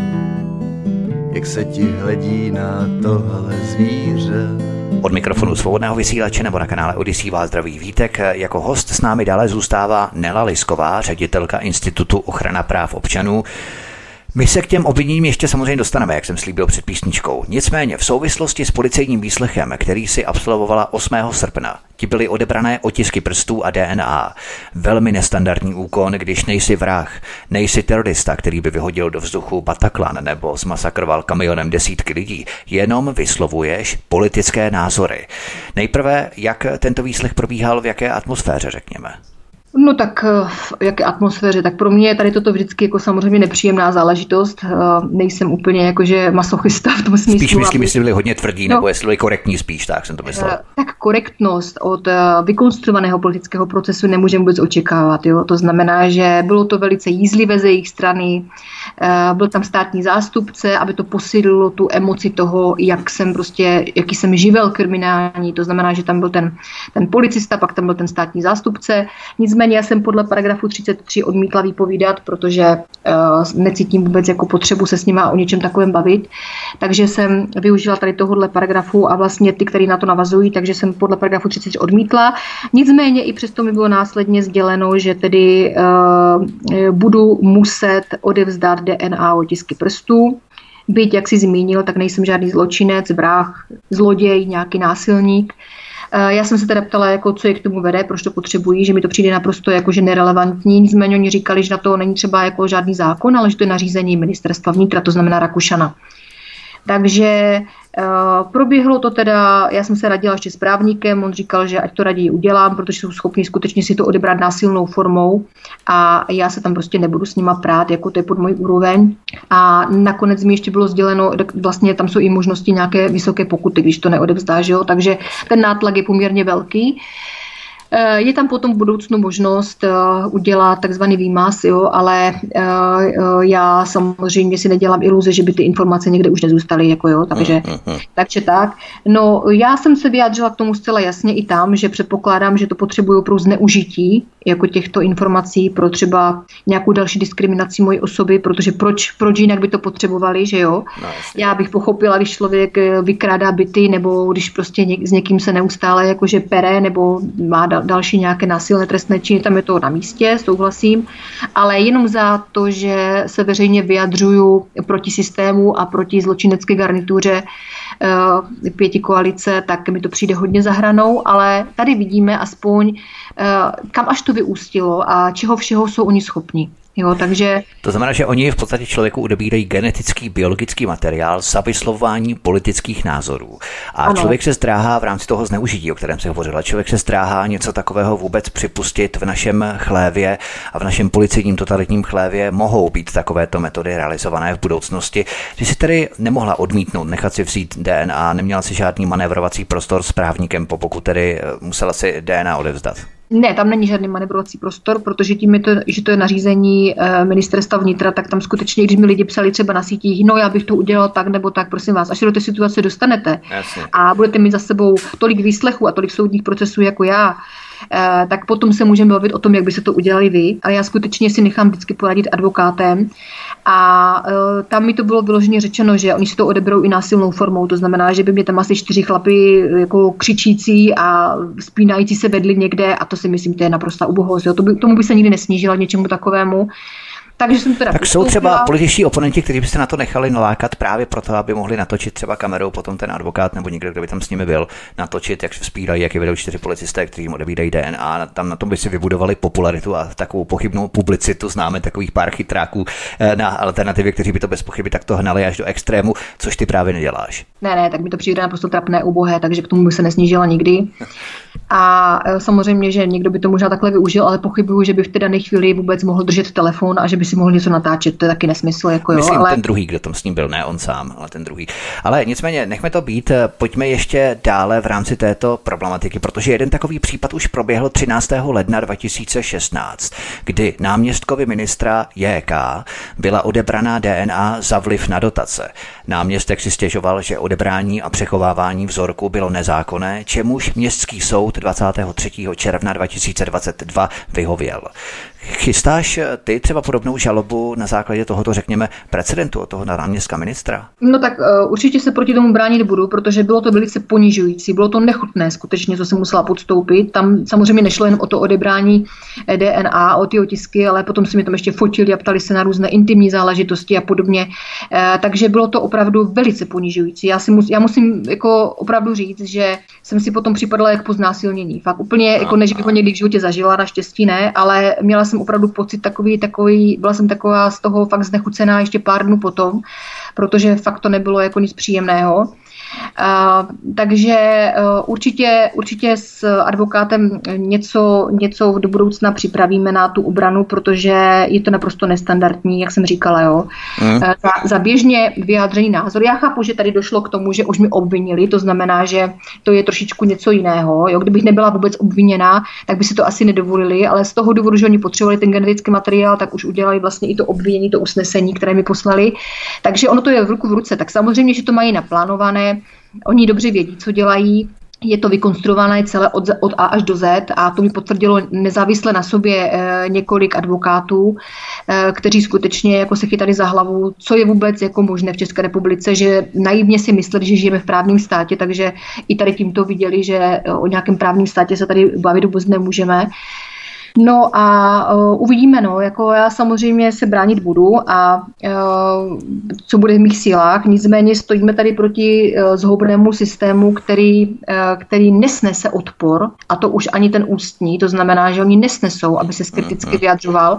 jak se ti hledí na tohle zvíře. Od mikrofonu Svobodného vysílače nebo na kanále Odyssey vás zdraví Vítek. Jako host s námi dále zůstává Nela Lisková, ředitelka Institutu ochrana práv občanů. My se k těm obviněním ještě samozřejmě dostaneme, jak jsem slíbil před písničkou. Nicméně v souvislosti s policejním výslechem, který si absolvovala osmého srpna, ti byly odebrané otisky prstů a D N A. Velmi nestandardní úkon, když nejsi vrah, nejsi terorista, který by vyhodil do vzduchu Bataclan nebo zmasakroval kamionem desítky lidí, jenom vyslovuješ politické názory. Nejprve, jak tento výslech probíhal, v jaké atmosféře, řekněme? No tak v jaké atmosféře, tak pro mě je tady toto vždycky jako samozřejmě nepříjemná záležitost. Nejsem úplně jakože masochista v tom smyslu. Spíš myslím, jestli byli hodně tvrdí, no, nebo jestli byli korektní spíš, tak jsem to myslel. Tak korektnost od vykonstruovaného politického procesu nemůžeme vůbec očekávat. Jo? To znamená, že bylo to velice jízlivé ze jejich strany, byl tam státní zástupce, aby to posílilo tu emoci toho, jak jsem prostě, jaký jsem živel kriminální. To znamená, že tam byl ten, ten policista, pak tam byl ten státní zástupce. Nicméně já jsem podle paragrafu třicet tři odmítla vypovídat, protože uh, necítím vůbec jako potřebu se s nima o něčem takovém bavit. Takže jsem využila tady tohohle paragrafu a vlastně ty, který na to navazují, takže jsem podle paragrafu třicet tři odmítla. Nicméně i přesto mi bylo následně sděleno, že tedy uh, budu muset odevzdat D N A otisky prstů. Byť, jak jsi zmínil, tak nejsem žádný zločinec, vrah, zloděj, nějaký násilník. Já jsem se teda ptala, jako, co je k tomu vede, proč to potřebují, že mi to přijde naprosto jakože nerelevantní. Nicméně oni říkali, že na to není třeba jako žádný zákon, ale že to je nařízení ministerstva vnitra, to znamená Rakušana. Takže uh, proběhlo to teda, já jsem se radila ještě s právníkem, on říkal, že ať to raději udělám, protože jsou schopni skutečně si to odebrat násilnou formou a já se tam prostě nebudu s nima prát, jako to je pod můj úroveň. A nakonec mi ještě bylo sděleno, vlastně tam jsou i možnosti nějaké vysoké pokuty, když to neodevzdáš, jo? Takže ten nátlak je poměrně velký. Je tam potom v budoucnu možnost udělat takzvaný výmaz, jo, ale já samozřejmě si nedělám iluze, že by ty informace někde už nezůstaly, jako jo, takže, takže tak. No, já jsem se vyjádřila k tomu zcela jasně i tam, že předpokládám, že to potřebuju pro zneužití jako těchto informací pro třeba nějakou další diskriminaci mojí osoby, protože proč, proč jinak by to potřebovali, že jo. No, já bych pochopila, když člověk vykrádá byty, nebo když prostě něk, s někým se neustále jakože pere, nebo má další nějaké násilné trestné činy, tam je to na místě, souhlasím, ale jenom za to, že se veřejně vyjadřuju proti systému a proti zločinecké garnituře uh, pěti koalice, tak mi to přijde hodně za hranou, ale tady vidíme aspoň, uh, kam až to vyústilo a čeho všeho jsou oni schopni. Jo, takže... To znamená, že oni v podstatě člověku odebírají genetický, biologický materiál za vyslovování politických názorů. A ano. Člověk se zdráhá v rámci toho zneužití, o kterém se hovořila, člověk se zdráhá něco takového vůbec připustit v našem chlévě a v našem policejním totalitním chlévě mohou být takovéto metody realizované v budoucnosti. Ty si tedy nemohla odmítnout, nechat si vzít D N A, neměla si žádný manévrovací prostor s právníkem, pokud tedy musela si D N A odevzdat. Ne, tam není žádný manevrovací prostor, protože tím, je to, že to je nařízení e, ministerstva vnitra, tak tam skutečně, když mi lidi psali třeba na sítích, no já bych to udělal tak nebo tak, prosím vás, až se do té situace dostanete Jasně. a budete mít za sebou tolik výslechů a tolik soudních procesů jako já, e, tak potom se můžeme bavit o tom, jak by se to udělali vy, ale já skutečně si nechám vždycky poradit advokátem a e, tam mi to bylo vyloženě řečeno, že oni si to odeberou i násilnou formou, to znamená, že by mě tam asi čtyři chlapy jako křičící a spínající se vedli někde a to si myslím, to je naprostá ubohost. To by, tomu by se nikdy nesnížila něčemu takovému. Takže jsem teda tak jsou třeba političtí oponenti, kteří by se na to nechali nalákat právě proto, aby mohli natočit třeba kamerou, potom ten advokát nebo někdo, kdo by tam s nimi byl, natočit, jak se vzpírají, jak je vedou čtyři policisté, kteří jim odebírají D N A. Tam na tom by si vybudovali popularitu a takovou pochybnou publicitu. Známe takových pár chytráků na alternativě, kteří by to bez pochyby takto hnali až do extrému, což ty právě neděláš. Ne, ne, tak mi to přijde naprosto trapné, ubohé, takže k tomu by se nesnížila nikdy. A samozřejmě, že někdo by to možná takhle využil, ale pochybuju, že by v té dané chvíli vůbec mohl držet telefon a že by si mohl něco natáčet. To je taky nesmysl. Jako jo, Myslím ale... ten druhý, kdo tam s ním byl, ne on sám, ale ten druhý. Ale nicméně, nechme to být, pojďme ještě dále v rámci této problematiky, protože jeden takový případ už proběhl třináctého ledna dva tisíce šestnáct, kdy náměstkovi ministra J K byla odebraná D N A za vliv na dotace. Náměstek si stěžoval, že odebrání a přechovávání vzorku bylo nezákonné, čemuž městský soud dvacátého třetího června dva tisíce dvacet dva vyhověl. Chystáš ty třeba podobnou žalobu na základě tohoto, řekněme, precedentu od toho náměstka ministra? No tak uh, určitě se proti tomu bránit budu, protože bylo to velice ponižující, bylo to nechutné skutečně, co jsem musela podstoupit. Tam samozřejmě nešlo jen o to odebrání D N A, o ty otisky, ale potom si mi tam ještě fotili a ptali se na různé intimní záležitosti a podobně. Uh, takže bylo to opravdu velice ponižující. Já, si mus, já musím jako opravdu říct, že jsem si potom připadala jak po znásilnění. Fakt úplně, no, jako než bych ho někdy v životě zažila, naštěstí ne, ale měla jsem opravdu pocit takový, takový, byla jsem taková z toho fakt znechucená ještě pár dnů potom, protože fakt to nebylo jako nic příjemného. Uh, takže uh, určitě, určitě s advokátem něco, něco do budoucna připravíme na tu obranu, protože je to naprosto nestandardní, jak jsem říkala. Jo. Mm. Uh, za, za běžně vyjádřený názor. Já chápu, že tady došlo k tomu, že už mi obvinili, to znamená, že to je trošičku něco jiného. Jo. Kdybych nebyla vůbec obviněná, tak by si to asi nedovolili, ale z toho důvodu, že oni potřebovali ten genetický materiál, tak už udělali vlastně i to obvinění, to usnesení, které mi poslali. Takže ono to je v ruku v ruce. Tak samozřejmě, že to mají naplánované. Oni dobře vědí, co dělají, je to vykonstruované celé od, od A až do Z a to mi potvrdilo nezávisle na sobě e, několik advokátů, e, kteří skutečně jako se chytali za hlavu, co je vůbec jako možné v České republice, že naivně si mysleli, že žijeme v právním státě, takže i tady tímto viděli, že o nějakém právním státě se tady bavit vůbec nemůžeme. No a uh, uvidíme, no, jako já samozřejmě se bránit budu a uh, co bude v mých silách, nicméně stojíme tady proti uh, zhoubnému systému, který, uh, který nesnese odpor, a to už ani ten ústní, to znamená, že oni nesnesou, aby se kriticky vyjadřoval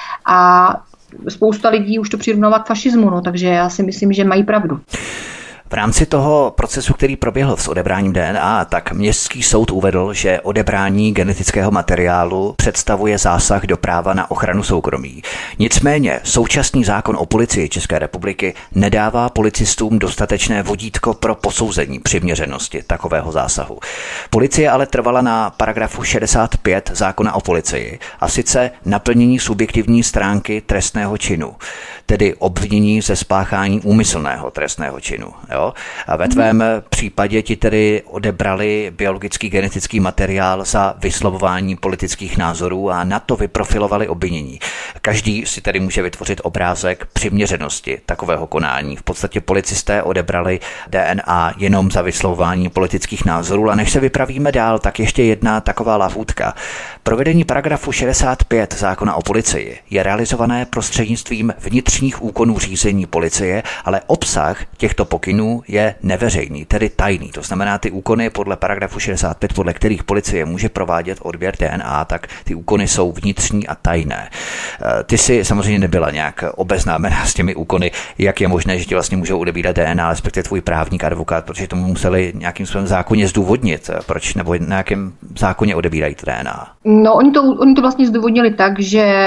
a spousta lidí už to přirovnává k fašismu, no, takže já si myslím, že mají pravdu. V rámci toho procesu, který proběhl s odebráním D N A, tak městský soud uvedl, že odebrání genetického materiálu představuje zásah do práva na ochranu soukromí. Nicméně současný zákon o policii České republiky nedává policistům dostatečné vodítko pro posouzení přiměřenosti takového zásahu. Policie ale trvala na paragrafu šedesát pět zákona o policii, a sice naplnění subjektivní stránky trestného činu, tedy obvinění ze spáchání úmyslného trestného činu. Jo? A ve tvém případě ti tedy odebrali biologický genetický materiál za vyslovování politických názorů a na to vyprofilovali obvinění. Každý si tedy může vytvořit obrázek přiměřenosti takového konání. V podstatě policisté odebrali D N A jenom za vyslovování politických názorů, a než se vypravíme dál, tak ještě jedna taková lahůdka. Provedení paragrafu šedesát pět zákona o policii je realizované prostřednictvím vnitřních úkonů řízení policie, ale obsah těchto pokynů úkonů je neveřejný, tedy tajný. To znamená, ty úkony podle paragrafu šedesát pět, podle kterých policie může provádět odběr D N A, tak ty úkony jsou vnitřní a tajné. Ty si samozřejmě nebyla nějak obeznámená s těmi úkony, jak je možné, že ti vlastně můžou odebírat D N A, respektive tvůj právník, advokát, protože tomu museli nějakým způsobem zákonně zdůvodnit, proč nebo na jakém zákoně odebírají D N A. No, oni to, oni to vlastně zdůvodnili tak, že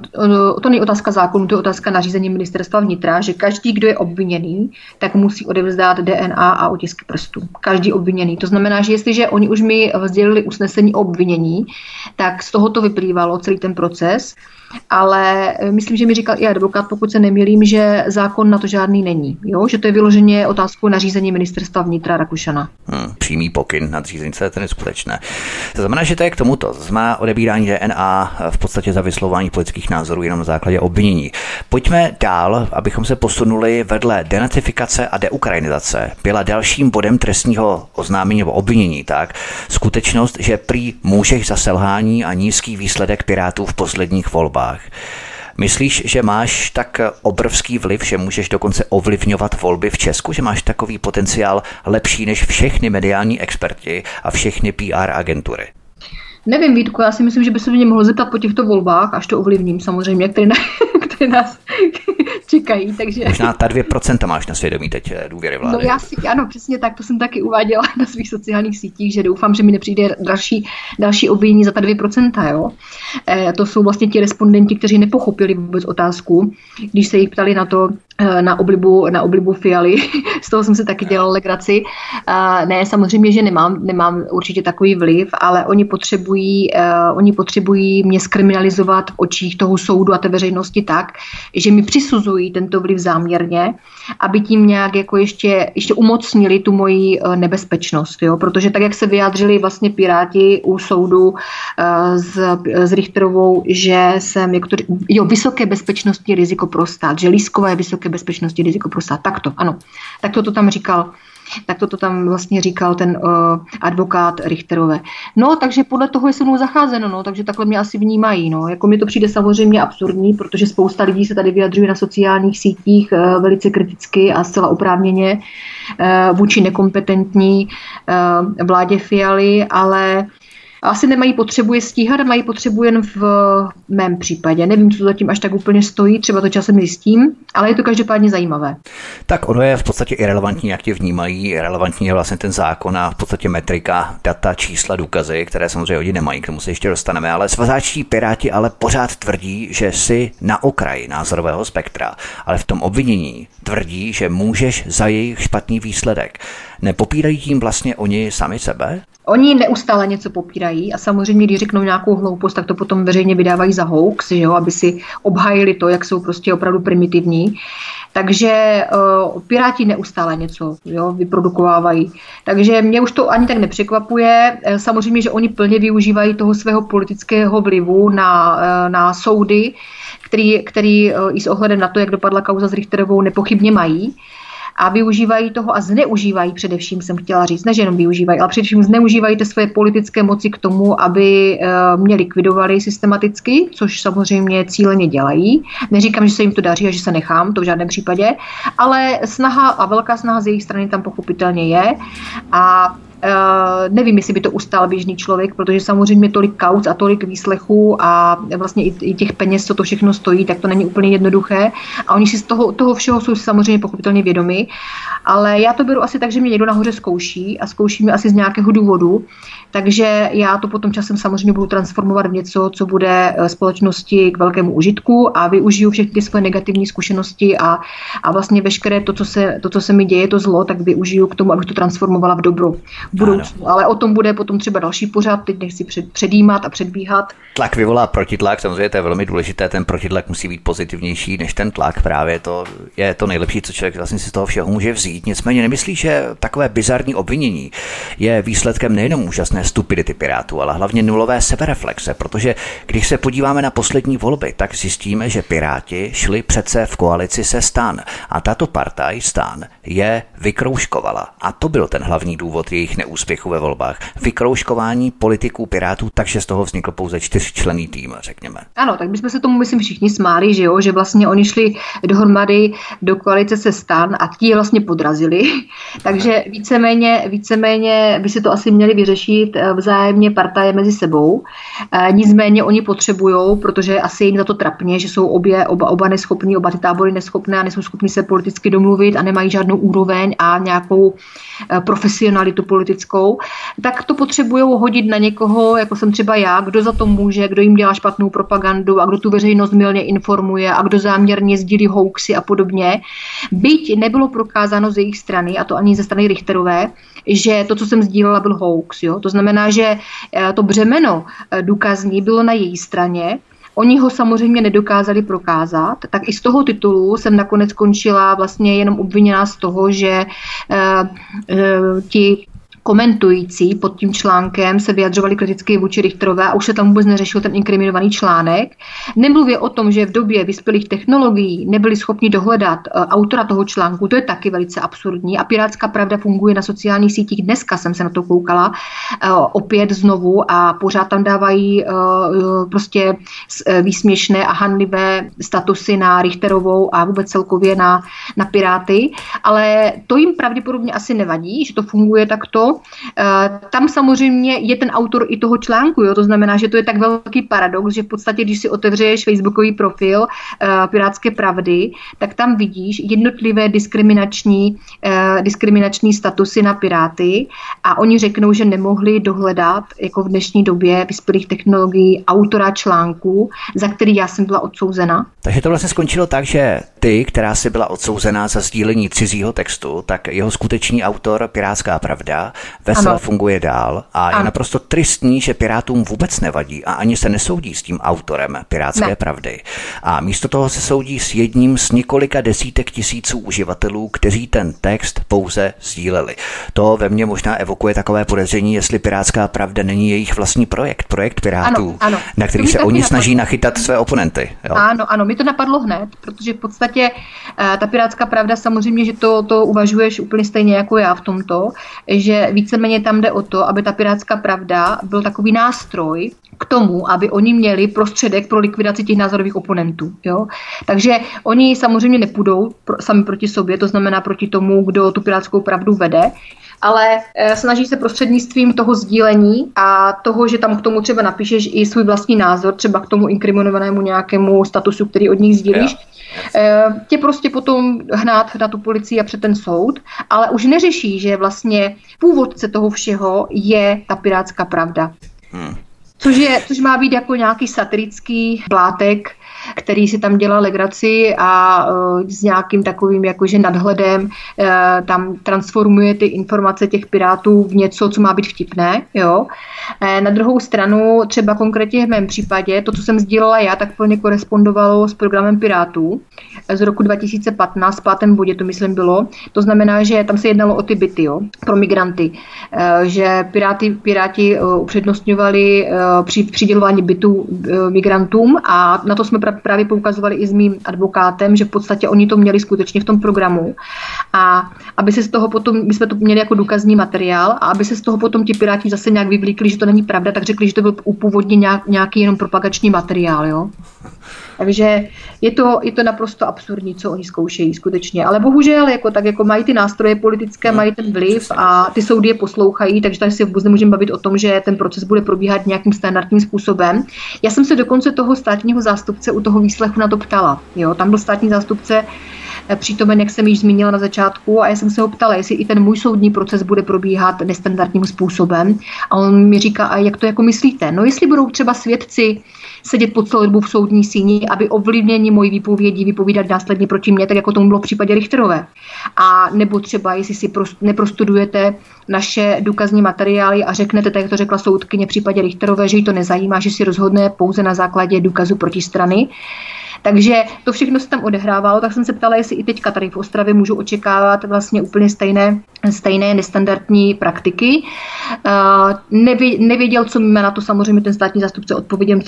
to není otázka zákonu, to je otázka nařízení ministerstva vnitra, že každý, kdo je obviněný, tak musí odevzdat D N A a otisky prstů. Každý obviněný. To znamená, že jestliže oni už mi sdělili usnesení o obvinění, tak z toho to vyplývalo celý ten proces. Ale myslím, že mi říkal i advokát, pokud se nemýlím, že zákon na to žádný není. Jo? Že to je vyloženě otázku nařízení ministerstva vnitra Rakušana. Hmm, přímý pokyn nadřízení, to je ten skutečné. To znamená, že to je k tomuto. Znamená odebírání D N A v podstatě za vyslovování politických názorů jenom na základě obvinění. Pojďme dál, abychom se posunuli vedle denatifikace a deukrajinizace. Byla dalším bodem trestního oznámení nebo obvinění, tak skutečnost, že prý můžeš za selhání a nízký výsledek Pirátů v posledních volbách. Myslíš, že máš tak obrovský vliv, že můžeš dokonce ovlivňovat volby v Česku, že máš takový potenciál lepší než všechny mediální experti a všechny P R agentury? Nevím, Vítku, já si myslím, že by se mě mohl zeptat po těchto volbách, až to ovlivním samozřejmě, které, na, které nás čekají. Takže... Možná ta dvě procenta máš na svědomí teď důvěry vlády. No já si, ano, přesně tak, to jsem taky uváděla na svých sociálních sítích, že doufám, že mi nepřijde další, další obvinění za ta dvě procenta, jo. E, to jsou vlastně ti respondenti, kteří nepochopili vůbec otázku, když se jich ptali na to, na oblibu, na oblibu Fialy, z toho jsem se taky dělala legraci. E, ne, samozřejmě, že nemám, nemám určitě takový vliv, ale oni potřebují, e, oni potřebují mě skriminalizovat v očích toho soudu a té veřejnosti tak, že mi přisuzují tento vliv záměrně, aby tím nějak jako ještě, ještě umocnili tu moji nebezpečnost. Jo? Protože tak, jak se vyjádřili vlastně Piráti u soudu s, s Richterovou, že jsem jako to, jo, vysoké bezpečnostní riziko pro stát, že Lísková je vysoké bezpečnostní riziko pro stát. Tak to, ano. Tak to, to tam říkal. Tak to, to tam vlastně říkal ten uh, advokát Richterové. No, takže podle toho je se mnou zacházeno, no, takže takhle mě asi vnímají, no. Jako mi to přijde samozřejmě absurdní, protože spousta lidí se tady vyjadřuje na sociálních sítích uh, velice kriticky a zcela oprávněně uh, vůči nekompetentní uh, vládě Fialy, ale asi nemají potřebu je stíhat, mají potřebu jen v mém případě. Nevím, co zatím až tak úplně stojí, třeba to časem zjistím, ale je to každopádně zajímavé. Tak ono je v podstatě irelevantní, jak tě vnímají. Irelevantní je vlastně ten zákon a v podstatě metrika, data, čísla, důkazy, které samozřejmě oni nemají, k tomu se ještě dostaneme. Ale svazáčtí Piráti ale pořád tvrdí, že jsi na okraji názorového spektra, ale v tom obvinění tvrdí, že můžeš za jejich špatný výsledek. Nepopírají tím vlastně oni sami sebe? Oni neustále něco popírají a samozřejmě, když řeknou nějakou hloupost, tak to potom veřejně vydávají za hoax, jo, aby si obhájili to, jak jsou prostě opravdu primitivní. Takže uh, Piráti neustále něco, jo, vyprodukovávají. Takže mě už to ani tak nepřekvapuje. Samozřejmě, že oni plně využívají toho svého politického vlivu na, na soudy, který, který i s ohledem na to, jak dopadla kauza s Richterovou, nepochybně mají. A využívají toho a zneužívají především, jsem chtěla říct, ne, že jenom využívají, ale především zneužívají ty své politické moci k tomu, aby mě likvidovali systematicky, což samozřejmě cíleně dělají. Neříkám, že se jim to daří a že se nechám, to v žádném případě, ale snaha a velká snaha z jejich strany tam pochopitelně je a Uh, nevím, jestli by to ustál běžný člověk, protože samozřejmě tolik kauc a tolik výslechů a vlastně i, i těch peněz, co to všechno stojí, tak to není úplně jednoduché. A oni si z toho, toho všeho jsou samozřejmě pochopitelně vědomi. Ale já to beru asi tak, že mě někdo nahoře zkouší a zkouší mě asi z nějakého důvodu. Takže já to potom časem samozřejmě budu transformovat v něco, co bude společnosti k velkému užitku a využiju všechny ty své negativní zkušenosti a, a vlastně veškeré to co, se, to, co se mi děje, to zlo, tak využiju k tomu, abych to transformovala v dobro. Budoucnu. Ale o tom bude potom třeba další pořad, teď nechci před, předjímat a předbíhat. Tlak vyvolá protitlak, samozřejmě to je velmi důležité, ten protitlak musí být pozitivnější než ten tlak, právě to je to nejlepší, co člověk vlastně si z toho všeho může vzít. Nicméně nemyslí, že takové bizarní obvinění je výsledkem nejenom úžasné stupidity Pirátů, ale hlavně nulové sebereflexe, protože když se podíváme na poslední volby, tak zjistíme, že Piráti šli přece v koalici se STAN a tato partaj STAN je vykroužkovala a to byl ten hlavní důvod jejich jejich neúspěchu ve volbách. Vykroužkování politiků Pirátů, takže z toho vznikl pouze čtyřčlenný tým, řekněme. Ano, tak bychom se tomu, myslím, všichni smáli, že jo, že vlastně oni šli dohromady do koalice se STAN a ti je vlastně podrazili. Takže víceméně, víceméně by si to asi měli vyřešit vzájemně partaje mezi sebou. E, nicméně oni potřebujou, protože asi jim za to trapně, že jsou obě, oba, oba neschopní, oba ty tábory neschopné a nejsou schopni se politicky domluvit a nemají žádnou úroveň a nějakou e, profesionalitu politickou, tak to potřebují hodit na někoho, jako jsem třeba já, kdo za to může, kdo jim dělá špatnou propagandu a kdo tu veřejnost mylně informuje a kdo záměrně sdílí hoaxy a podobně. Byť nebylo prokázáno z jejich strany, a to ani ze strany Richterové, že to, co jsem sdílela, byl hoax. Jo? To znamená, že to břemeno důkazní bylo na její straně. Oni ho samozřejmě nedokázali prokázat, tak i z toho titulu jsem nakonec končila vlastně jenom obviněná z toho, že uh, uh, ti komentující pod tím článkem se vyjadřovali kriticky vůči Richterové a už se tam vůbec neřešil ten inkriminovaný článek. Nemluvě o tom, že v době vyspělých technologií nebyli schopni dohledat uh, autora toho článku, to je taky velice absurdní a Pirátská pravda funguje na sociálních sítích. Dneska jsem se na to koukala uh, opět znovu a pořád tam dávají uh, prostě uh, výsměšné a hanlivé statusy na Richterovou a vůbec celkově na, na Piráty, ale to jim pravděpodobně asi nevadí, že to funguje takto. Tam samozřejmě je ten autor i toho článku, jo? To znamená, že to je tak velký paradox, že v podstatě, když si otevřeš facebookový profil uh, Pirátské pravdy, tak tam vidíš jednotlivé diskriminační, uh, diskriminační statusy na Piráty a oni řeknou, že nemohli dohledat jako v dnešní době vyspělých technologií autora článku, za který já jsem byla odsouzena. Takže to vlastně skončilo tak, že ty, která si byla odsouzená za sdílení cizího textu, tak jeho skutečný autor Pirátská pravda vesele ano. funguje dál a ano. je naprosto tristní, že Pirátům vůbec nevadí a ani se nesoudí s tím autorem Pirátské ne. pravdy. A místo toho se soudí s jedním z několika desítek tisíců uživatelů, kteří ten text pouze sdíleli. To ve mně možná evokuje takové podezření, jestli Pirátská pravda není jejich vlastní projekt, projekt Pirátů, ano, ano. na který se oni snaží napadlo. nachytat své oponenty. Jo? Ano, ano, mi to napadlo hned, protože v podstatě uh, ta Pirátská pravda samozřejmě, že to, to uvažuješ úplně stejně jako já v tomto, že víceméně tam jde o to, aby ta Pirátská pravda byl takový nástroj k tomu, aby oni měli prostředek pro likvidaci těch názorových oponentů. Jo? Takže oni samozřejmě nepůjdou pro, sami proti sobě, to znamená proti tomu, kdo tu Pirátskou pravdu vede, ale e, snaží se prostřednictvím toho sdílení a toho, že tam k tomu třeba napíšeš i svůj vlastní názor, třeba k tomu inkriminovanému nějakému statusu, který od nich sdílíš, yeah. e, tě prostě potom hnát na tu policii a před ten soud, ale už neřeší, že vlastně původce toho všeho je ta Pirátská pravda. Hmm. Což, je, což má být jako nějaký satirický plátek, který si tam dělá legraci a uh, s nějakým takovým jakože nadhledem uh, tam transformuje ty informace těch Pirátů v něco, co má být vtipné. Jo? E, na druhou stranu, třeba konkrétně v mém případě, to, co jsem sdílela já, tak plně korespondovalo s programem Pirátů z roku dva tisíce patnáct, v pátém bodě to myslím bylo. To znamená, že tam se jednalo o ty byty, jo, pro migranty. E, že Piráti, Piráti uh, upřednostňovali uh, při přidělování bytů uh, migrantům a na to jsme pra- právě poukazovali i s mým advokátem, že v podstatě oni to měli skutečně v tom programu a aby se z toho potom, my jsme to měli jako důkazní materiál a aby se z toho potom ti Piráti zase nějak vyvlíkli, že to není pravda, tak řekli, že to byl původně nějak, nějaký jenom propagační materiál, jo. Takže je to, je to naprosto absurdní, co oni zkoušejí skutečně. Ale bohužel jako, tak jako mají ty nástroje politické, mají ten vliv a ty soudy je poslouchají, takže tady si vůbec nemůžeme bavit o tom, že ten proces bude probíhat nějakým standardním způsobem. Já jsem se dokonce toho státního zástupce u toho výslechu na to ptala. Jo? Tam byl státní zástupce přítomen, jak jsem již zmínila na začátku, a já jsem se ho ptala, jestli i ten můj soudní proces bude probíhat nestandardním způsobem. A on mi říká, a jak to jako myslíte? No jestli budou třeba svědci sedět po celou dobu v soudní síni, aby ovlivnění mojí výpovědi vypovídat následně proti mně, tak jako tomu bylo v případě Richterové. A nebo třeba, jestli si prost, neprostudujete naše důkazní materiály a řeknete, tak jak to řekla soudkyně v případě Richterové, že jí to nezajímá, že si rozhodne pouze na základě důkazu protistrany. Takže to všechno se tam odehrávalo, tak jsem se ptala, jestli i teďka tady v Ostravě můžu očekávat vlastně úplně stejné, stejné nestandardní praktiky. Uh, nevě, nevěděl, co mi na to samozřejmě ten státní zástupce odpověděl, tak to po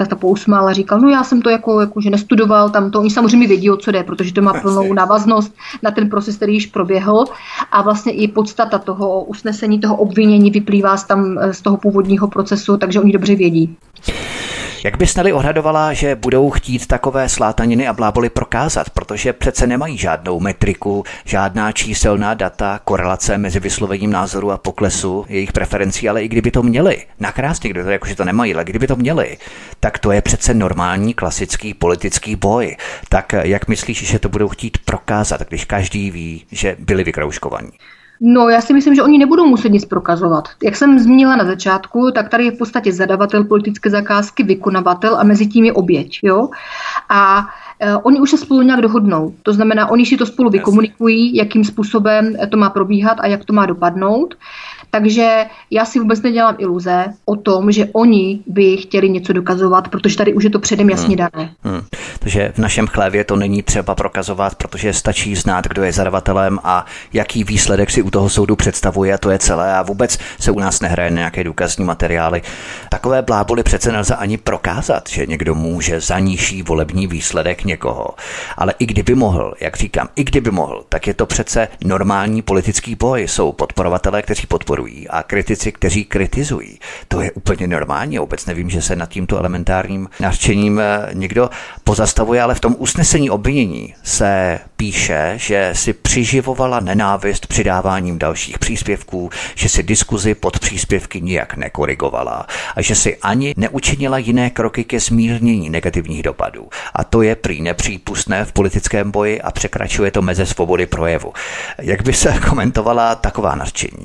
usmál a říkal, no já jsem to jako, jako že nestudoval, tam to, oni samozřejmě vědí, o co jde, protože to má plnou návaznost na ten proces, který již proběhl a vlastně i podstata toho usnesení, toho obvinění vyplývá z, tam, z toho původního procesu, takže oni dobře vědí. Jak bys Neli odhadovala, že budou chtít takové slátaniny a bláboli prokázat, protože přece nemají žádnou metriku, žádná číselná data, korelace mezi vyslovením názoru a poklesu jejich preferencí, ale i kdyby to měli, nakrásně, kdo to jakože to nemají, ale kdyby to měli, tak to je přece normální klasický politický boj. Tak jak myslíš, že to budou chtít prokázat, když každý ví, že byli vykroužkovaní? No, já si myslím, že oni nebudou muset nic prokazovat. Jak jsem zmínila na začátku, tak tady je v podstatě zadavatel politické zakázky, vykonavatel a mezi tím je oběť. Jo? A e, oni už se spolu nějak dohodnou. To znamená, oni si to spolu vykomunikují, jakým způsobem to má probíhat a jak to má dopadnout. Takže já si vůbec nedělám iluze o tom, že oni by chtěli něco dokazovat, protože tady už je to předem jasně dané. Hmm. Hmm. Takže v našem chlévě to není třeba prokazovat, protože stačí znát, kdo je zadavatelem a jaký výsledek si u toho soudu představuje a to je celé a vůbec se u nás nehraje nějaké důkazní materiály. Takové bláboli přece nelze ani prokázat, že někdo může za nižší volební výsledek někoho. Ale i kdyby mohl, jak říkám, i kdyby mohl, tak je to přece normální politický boj. Jsou podporovatelé, kteří podporují a kritici, kteří kritizují. To je úplně normální. Vůbec nevím, že se nad tímto elementárním nařčením někdo pozastavuje, ale v tom usnesení obvinění se píše, že si přiživovala nenávist přidáváním dalších příspěvků, že si diskuzi pod příspěvky nijak nekorigovala a že si ani neučinila jiné kroky ke zmírnění negativních dopadů. A to je prý nepřípustné v politickém boji a překračuje to meze svobody projevu. Jak by se komentovala taková nařčení?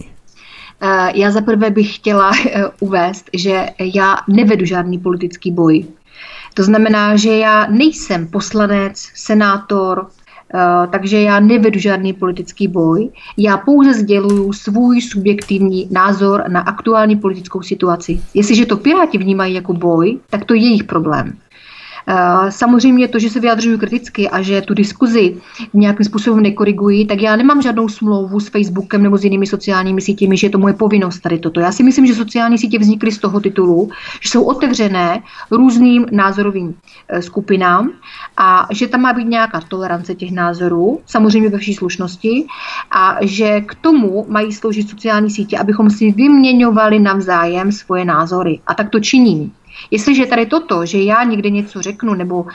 Já zaprvé bych chtěla uvést, že já nevedu žádný politický boj. To znamená, že já nejsem poslanec, senátor, takže já nevedu žádný politický boj. Já pouze sděluju svůj subjektivní názor na aktuální politickou situaci. Jestliže to Piráti vnímají jako boj, tak to je jejich problém. Samozřejmě to, že se vyjadřuju kriticky a že tu diskuzi nějakým způsobem nekorigují, tak já nemám žádnou smlouvu s Facebookem nebo s jinými sociálními sítěmi, že je to moje povinnost tady toto. Já si myslím, že sociální sítě vznikly z toho titulu, že jsou otevřené různým názorovým skupinám a že tam má být nějaká tolerance těch názorů, samozřejmě ve vší slušnosti, a že k tomu mají sloužit sociální sítě, abychom si vyměňovali navzájem svoje názory. A tak to činím. Jestliže tady toto, že já někde něco řeknu nebo,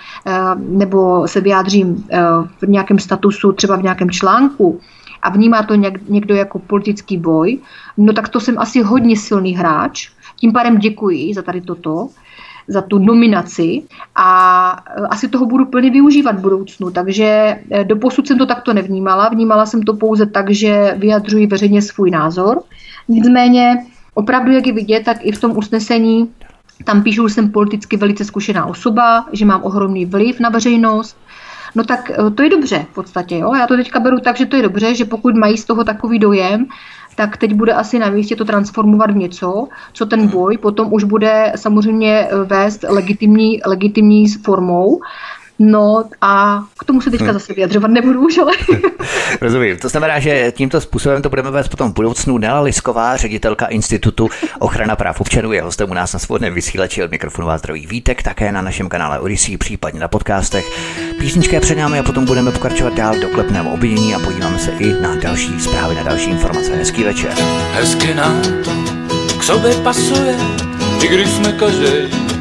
nebo se vyjádřím v nějakém statusu, třeba v nějakém článku a vnímá to někdo jako politický boj, no tak to jsem asi hodně silný hráč. Tím pádem děkuji za tady toto, za tu nominaci a asi toho budu plně využívat v budoucnu. Takže doposud jsem to takto nevnímala. Vnímala jsem to pouze tak, že vyjadřuji veřejně svůj názor. Nicméně opravdu, jak je vidět, tak i v tom usnesení tam píšu, že jsem politicky velice zkušená osoba, že mám ohromný vliv na veřejnost. No tak to je dobře v podstatě. Jo? Já to teďka beru tak, že to je dobře, že pokud mají z toho takový dojem, tak teď bude asi na místě to transformovat v něco, co ten boj potom už bude samozřejmě vést legitimní, legitimní formou. No a k tomu se teďka hmm. zase vyjadřovat nebudu už, ale... Rozumím. To znamená, že tímto způsobem to budeme vést potom v budoucnu. Nela Lisková, ředitelka Institutu ochrana práv občanů, je hostem u nás na Svobodném vysílači. Od mikrofonu vás zdraví Vítek, také na našem kanále Odyssey, případně na podcastech. Písnička je před námi a potom budeme pokračovat dál do klepného obvinění a podíváme se i na další zprávy, na další informace. Hezký večer. Hezky nám to k sobě pasuje, i když jsme každý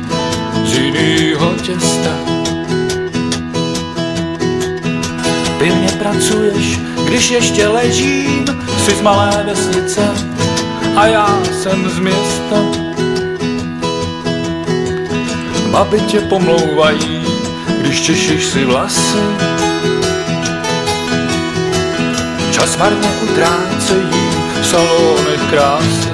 z jinýho těsta. Pilně pracuješ, když ještě ležím, jsi z malé vesnice a já jsem z města. Babi tě pomlouvají, když češíš si vlasy. Čas marně utrácejí v salonech krásy.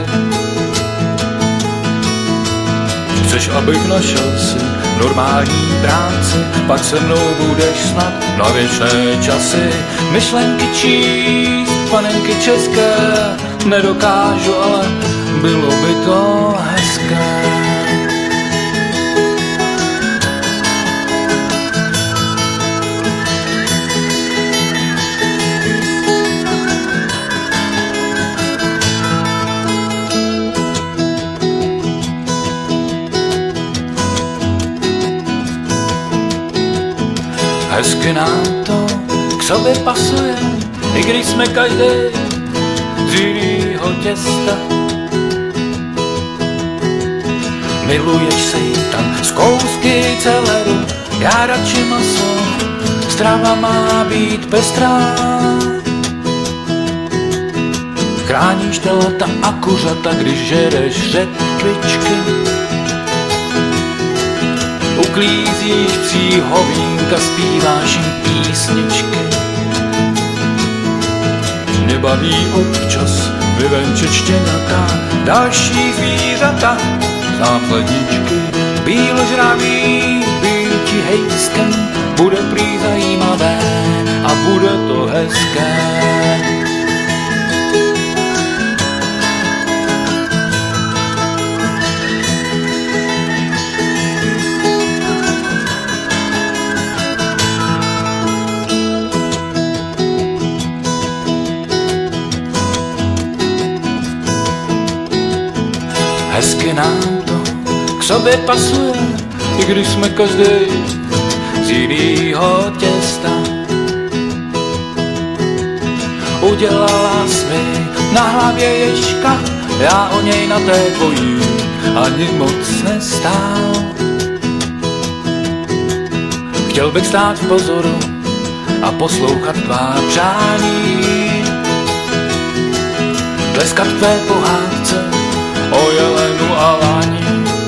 Chceš, abych našel si normální práci, pak se mnou budeš snad na věčné časy. Myšlenky číst, panenky české, nedokážu, ale bylo by to hezké. Hezky nám to k sobě pasuje, i když jsme každý z jinýho těsta. Miluješ se jí tam z kousky celeru, já radši maso, strava má být pestrá. Chráníš telata a kuřata, když žereš řetkvičky. Uklízíš psí hovínka, zpíváš jim písničky. Mě baví občas vyvenčit štěňata, další zvířata, zápledničky. Bíložravý býti hejskem, bude prý zajímavé a bude to hezké. Hezky nám to k sobě pasuje, i když jsme každý z jinýho těsta. Udělala jsi mi na hlavě ježka, já o něj na té tvojí ani moc nestál. Chtěl bych stát v pozoru a poslouchat tvá přání, tleskat tvé pohádce o jelenu a lani.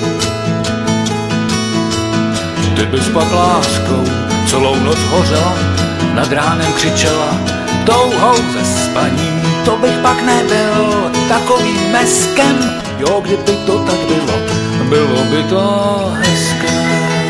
Ty bys pak láskou celou noc hořela, nad ránem křičela touhou ze spaní. To bych pak nebyl takovým meskem, jo, kdyby to tak bylo, bylo by to hezké.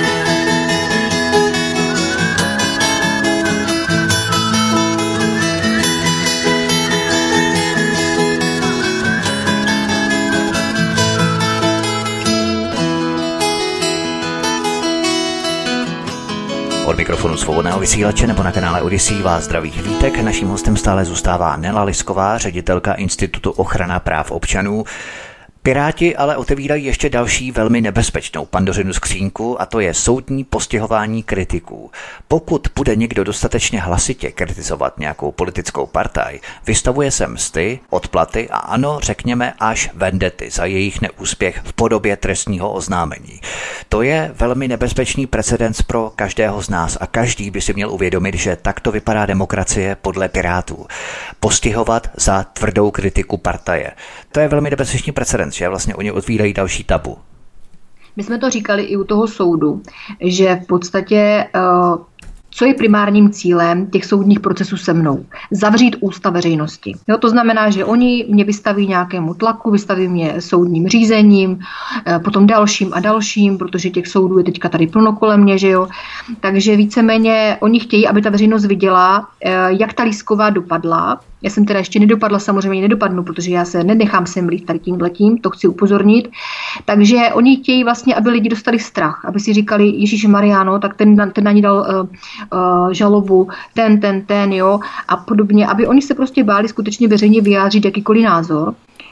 Od mikrofonu Svobodného vysílače nebo na kanále Odyssey vás zdraví Vítek. Naším hostem stále zůstává Nela Lisková, ředitelka Institutu ochrana práv občanů. Piráti ale otevírají ještě další velmi nebezpečnou Pandořinu skřínku, a to je soudní postihování kritiků. Pokud bude někdo dostatečně hlasitě kritizovat nějakou politickou partaj, vystavuje se msty, odplaty a ano, řekněme až vendety za jejich neúspěch v podobě trestního oznámení. To je velmi nebezpečný precedens pro každého z nás a každý by si měl uvědomit, že takto vypadá demokracie podle Pirátů. Postihovat za tvrdou kritiku partaje. To je velmi nebezpečný precedens, že vlastně oni otvírají další tabu. My jsme to říkali i u toho soudu, že v podstatě uh, co je primárním cílem těch soudních procesů se mnou? Zavřít ústa veřejnosti. Jo, to znamená, že oni mě vystaví nějakému tlaku, vystaví mě soudním řízením, potom dalším a dalším, protože těch soudů je teďka tady plno kolem mě, že jo. Takže víceméně oni chtějí, aby ta veřejnost viděla, jak ta Lisková dopadla. Já jsem teda ještě nedopadla, samozřejmě nedopadnu, protože já se nenechám semlít tady tímhletím, to chci upozornit. Takže oni chtějí vlastně, aby lidi dostali strach, aby si říkali, Ježíši Mariáno, tak ten, ten na ní dal uh, uh, žalobu, ten, ten, ten, jo, a podobně, aby oni se prostě báli skutečně veřejně vyjádřit jakýkoliv názor.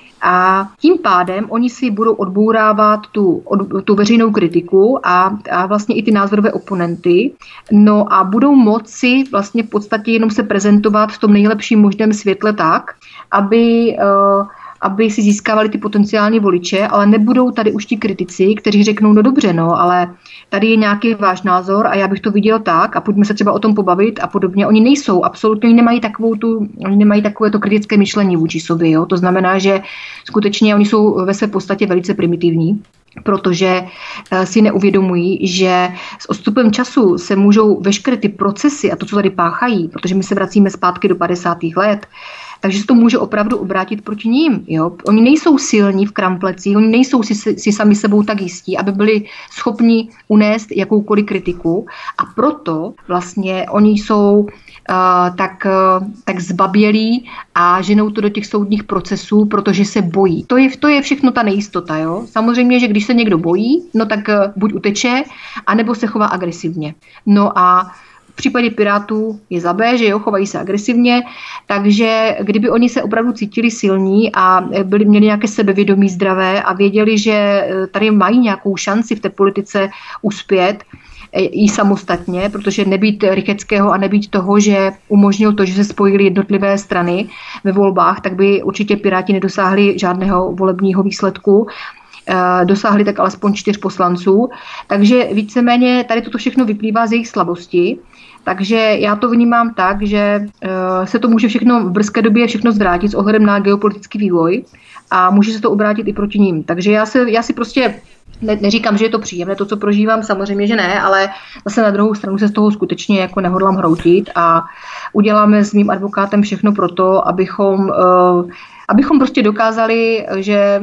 A tím pádem oni si budou odbourávat tu, od, tu veřejnou kritiku a, a vlastně i ty názorové oponenty. No a budou moci vlastně v podstatě jenom se prezentovat v tom nejlepším možném světle tak, aby, uh, aby si získávali ty potenciální voliče, ale nebudou tady už ti kritici, kteří řeknou, no dobře, no, ale tady je nějaký váš názor a já bych to viděl tak a pojďme se třeba o tom pobavit a podobně. Oni nejsou, absolutně oni nemají takovou tu, oni nemají takové to kritické myšlení vůči sobě, jo. To znamená, že skutečně oni jsou ve své podstatě velice primitivní, protože si neuvědomují, že s odstupem času se můžou veškeré ty procesy a to, co tady páchají, protože my se vracíme zpátky do padesátých let, takže se to může opravdu obrátit proti ním. Jo? Oni nejsou silní v kramplecích, oni nejsou si, si sami sebou tak jistí, aby byli schopni unést jakoukoliv kritiku a proto vlastně oni jsou uh, tak, uh, tak zbabělí a ženou to do těch soudních procesů, protože se bojí. To je, to je všechno ta nejistota. Jo? Samozřejmě, že když se někdo bojí, no tak uh, buď uteče, anebo se chová agresivně. No a v případě Pirátů je za B, že jo, chovají se agresivně, takže kdyby oni se opravdu cítili silní a byli, měli nějaké sebevědomí zdravé a věděli, že tady mají nějakou šanci v té politice uspět, i samostatně, protože nebýt Rycheckého a nebýt toho, že umožnil to, že se spojily jednotlivé strany ve volbách, tak by určitě Piráti nedosáhli žádného volebního výsledku. Dosáhli tak alespoň čtyř poslanců. Takže víceméně tady toto všechno vyplývá z jejich slabosti. Takže já to vnímám tak, že se to může všechno v brzké době všechno zvrátit s ohledem na geopolitický vývoj a může se to obrátit i proti ním. Takže já, se, já si prostě ne, neříkám, že je to příjemné, to, co prožívám, samozřejmě, že ne, ale zase na druhou stranu se z toho skutečně jako nehodlám hroutit a uděláme s mým advokátem všechno pro to, abychom, abychom prostě dokázali, že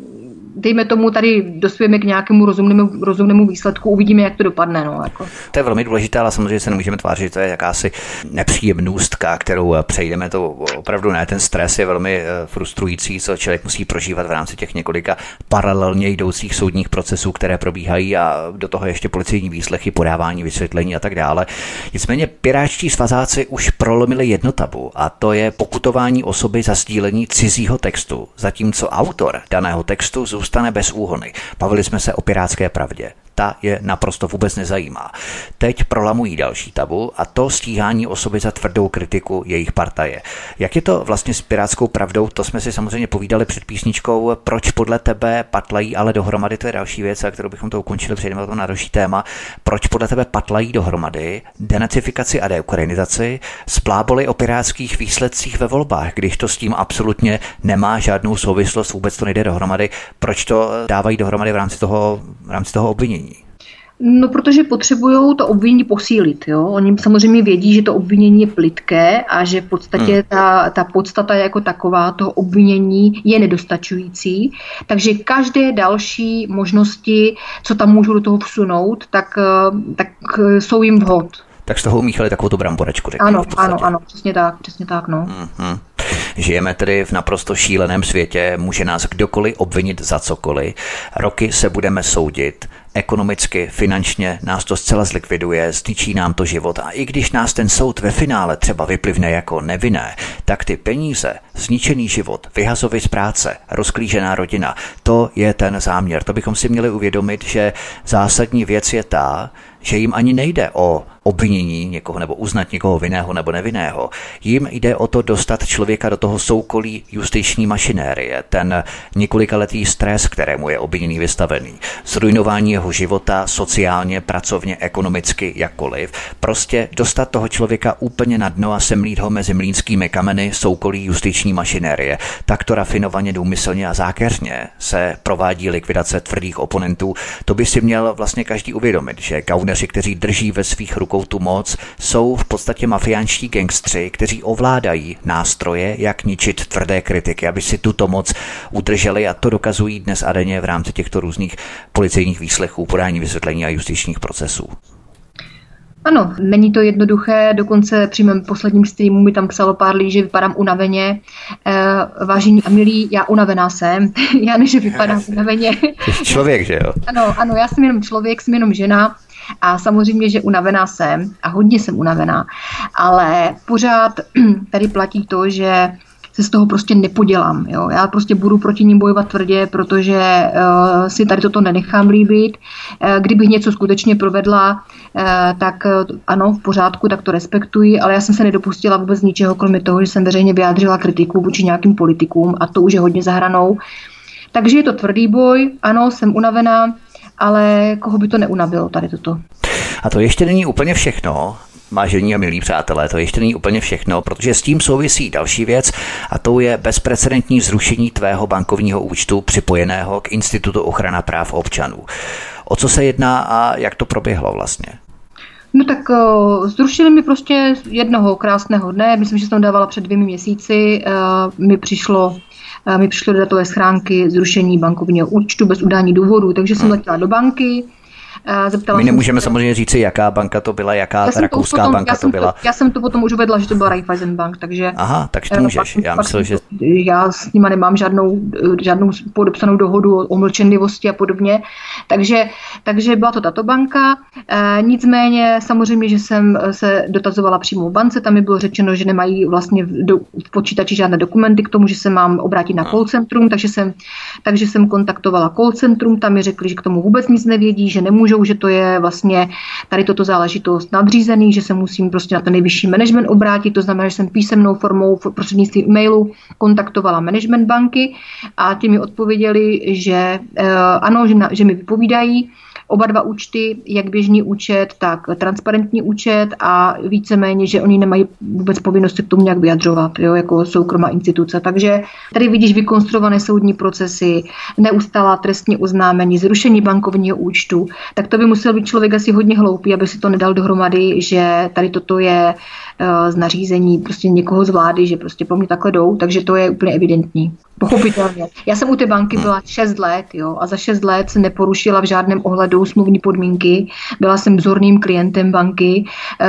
dejme tomu, tady dospějeme k nějakému rozumnému, rozumnému výsledku, uvidíme, jak to dopadne. No, jako. To je velmi důležité, ale samozřejmě se nemůžeme tvářit, to je jakási nepříjemnostka, kterou přejdeme, to opravdu ne, ten stres je velmi frustrující, co člověk musí prožívat v rámci těch několika paralelně jdoucích soudních procesů, které probíhají a do toho ještě policejní výslechy, podávání vysvětlení a tak dále. Nicméně pirátští svazáci už prolomili jedno tabu a to je pokutování osoby za sdílení cizího textu, zatímco autor daného textu zůstane bez úhony. Bavili jsme se o pirátské pravdě. Ta je naprosto vůbec nezajímá. Teď prolamují další tabu a to stíhání osoby za tvrdou kritiku jejich partaje. Jak je to vlastně s pirátskou pravdou? To jsme si samozřejmě povídali před písničkou. Proč podle tebe patlají ale dohromady? To je další věc, a kterou bychom to ukončili, přejdeme na další téma. Proč podle tebe patlají dohromady denacifikaci a deukrajinizaci s bláboli o pirátských výsledcích ve volbách, když to s tím absolutně nemá žádnou souvislost, vůbec to nejde dohromady? Proč to dávají dohromady v rámci toho, v rámci toho obvinění? No, protože potřebují to obvinění posílit. Jo? Oni samozřejmě vědí, že to obvinění je plytké a že v podstatě hmm. ta, ta podstata jako taková toho obvinění je nedostačující. Takže každé další možnosti, co tam můžou do toho vsunout, tak, tak jsou jim vhod. Tak z toho umíchali takovou tu bramboračku. Ano, ano, ano, přesně tak, přesně tak, no. Mm-hmm. Žijeme tedy v naprosto šíleném světě, může nás kdokoliv obvinit za cokoliv, roky se budeme soudit, ekonomicky, finančně nás to zcela zlikviduje, zničí nám to život a i když nás ten soud ve finále třeba vyplivne jako nevinné, tak ty peníze, zničený život, vyhazovy z práce, rozklížená rodina, to je ten záměr. To bychom si měli uvědomit, že zásadní věc je ta, že jim ani nejde o obvinění někoho nebo uznat někoho vinného nebo nevinného. Jim jde o to dostat člověka do toho soukolí justiční mašinérie, ten několikaletý stres, kterému je obviněný vystavený, zrujnování jeho života sociálně, pracovně, ekonomicky, jakkoliv. Prostě dostat toho člověka úplně na dno a semlít ho mezi mlýnskými kameny soukolí justiční mašinérie. Takto rafinovaně, důmyslně a zákeřně se provádí likvidace tvrdých oponentů. To by si měl vlastně každý uvědomit, že gauneři, kteří drží ve svých rukou tu moc, jsou v podstatě mafiánští gangstři, kteří ovládají nástroje, jak ničit tvrdé kritiky, aby si tuto moc udrželi a to dokazují dnes a denně v rámci těchto různých policejních výslechů, podání vysvětlení a justičních procesů. Ano, není to jednoduché, dokonce při mém posledním streamu mi tam psalo pár lidí, že vypadám unaveně. E, vážení a milí, já unavená jsem, já ne, že vypadám unaveně. Člověk, že jo? Ano, ano, já jsem jenom člověk, jsem jenom žena a samozřejmě, že unavená jsem a hodně jsem unavená, ale pořád tady platí to, že se z toho prostě nepodělám. Jo? Já prostě budu proti ním bojovat tvrdě, protože uh, si tady toto nenechám líbit. Uh, kdybych něco skutečně provedla, uh, tak uh, ano, v pořádku, tak to respektuji, ale já jsem se nedopustila vůbec ničeho, kromě toho, že jsem veřejně vyjádřila kritiku vůči nějakým politikům a to už je hodně za hranou. Takže je to tvrdý boj, ano, jsem unavená, ale koho by to neunavilo tady toto. A to ještě není úplně všechno. Vážení a milí přátelé, to ještě není úplně všechno, protože s tím souvisí další věc a to je bezprecedentní zrušení tvého bankovního účtu připojeného k Institutu ochrana práv občanů. O co se jedná a jak to proběhlo vlastně? No tak uh, zrušili mi prostě jednoho krásného dne, myslím, že jsem dávala před dvěmi měsíci, uh, mi přišlo uh, mi přišlo do datové schránky zrušení bankovního účtu bez udání důvodu, takže jsem hmm. letěla do banky. Zeptala My nemůžeme jsem, samozřejmě říci, jaká banka to byla, jaká rakouská to potom, banka to byla. To, já jsem to potom už uvedla, že to byla Raiffeisenbank, takže... Aha, takže to můžeš. Já myslel, že... Já s nima nemám žádnou, žádnou podepsanou dohodu o mlčenlivosti a podobně, takže, takže byla to tato banka. E, nicméně samozřejmě, že jsem se dotazovala přímo v bance, tam mi bylo řečeno, že nemají vlastně v, do, v počítači žádné dokumenty k tomu, že se mám obrátit na call centrum, takže jsem, takže jsem kontaktovala call centrum, tam mi řekli, že k tomu vůbec nic nevědí, že nemůžu nemůžou, že to je vlastně tady toto záležitost nadřízený, že se musím prostě na ten nejvyšší management obrátit, to znamená, že jsem písemnou formou prostřednictvím e-mailu kontaktovala management banky a ti mi odpověděli, že uh, ano, že, na, že mi vypovídají oba dva účty, jak běžný účet, tak transparentní účet a víceméně, že oni nemají vůbec povinnost se k tomu nějak vyjadřovat, jo, jako soukromá instituce. Takže tady vidíš vykonstruované soudní procesy, neustálá trestní oznámení, zrušení bankovního účtu, tak to by musel být člověk asi hodně hloupý, aby si to nedal dohromady, že tady toto je z nařízení prostě někoho z vlády, že prostě po mně takhle jdou, takže to je úplně evidentní. Pochopitelně. Já jsem u té banky byla šest let, jo, a za šest let jsem neporušila v žádném ohledu smluvní podmínky. Byla jsem vzorným klientem banky.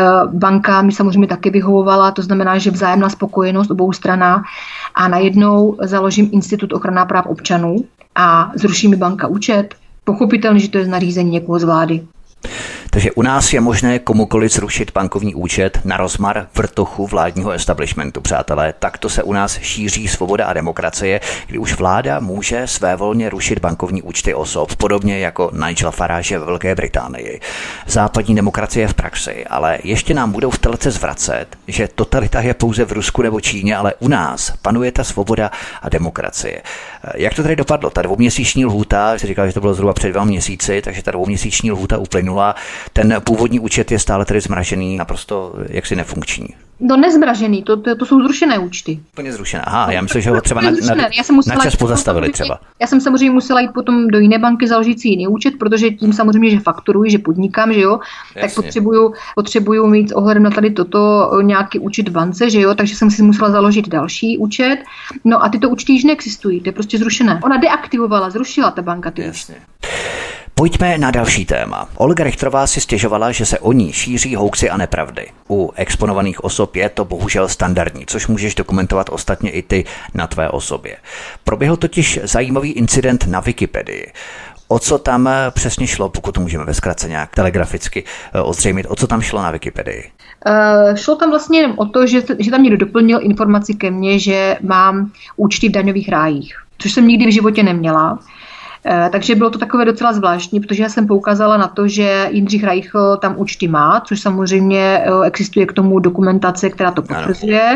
Banka mi samozřejmě taky vyhovovala, to znamená, že vzájemná spokojenost obou stranách a najednou založím Institut ochrany práv občanů a zruší mi banka účet. Pochopitelně, že to je z nařízení někoho z vlády. Takže u nás je možné komukoliv zrušit bankovní účet na rozmar vrtochu vládního establishmentu, přátelé. Takto se u nás šíří svoboda a demokracie, kdy už vláda může svévolně rušit bankovní účty osob, podobně jako Nigel Farage ve Velké Británii. Západní demokracie v praxi, ale ještě nám budou v telce zvracet, že totalita je pouze v Rusku nebo Číně, ale u nás panuje ta svoboda a demokracie. Jak to tady dopadlo? Ta dvouměsíční lhůta, jsi říkal, že to bylo zhruba před dvěma měsíci, takže ta dvouměsíční lhůta uplynula. Ten původní účet je stále tedy zmražený, naprosto jaksi nefunkční. No nezmražený, to, to, to jsou zrušené účty. Úplně zrušené. Aha, já myslím, že ho třeba na, na, na čas pozastavili třeba. Já jsem samozřejmě musela jít potom do jiné banky založit si jiný účet, protože tím samozřejmě, že fakturuji, že podnikám, že jo, jasně, tak potřebuju, potřebuju mít s ohledem na tady toto nějaký účet v bance, že jo, takže jsem si musela založit další účet. No a tyto účty již neexistují, to je prostě zrušené. Ona deaktivovala, zrušila ta banka ty účty. Pojďme na další téma. Olga Richterová si stěžovala, že se o ní šíří hoaxy a nepravdy. U exponovaných osob je to bohužel standardní, což můžeš dokumentovat ostatně i ty na tvé osobě. Proběhl totiž zajímavý incident na Wikipedii. O co tam přesně šlo, pokud to můžeme ve zkratce nějak telegraficky ozřejmit, o co tam šlo na Wikipedii? Uh, šlo tam vlastně jenom o to, že, že tam někdo doplnil informaci ke mně, že mám účty v daňových rájích, což jsem nikdy v životě neměla. Takže bylo to takové docela zvláštní, protože já jsem poukázala na to, že Jindřich Reichl tam účty má, což samozřejmě existuje k tomu dokumentace, která to potvrzuje.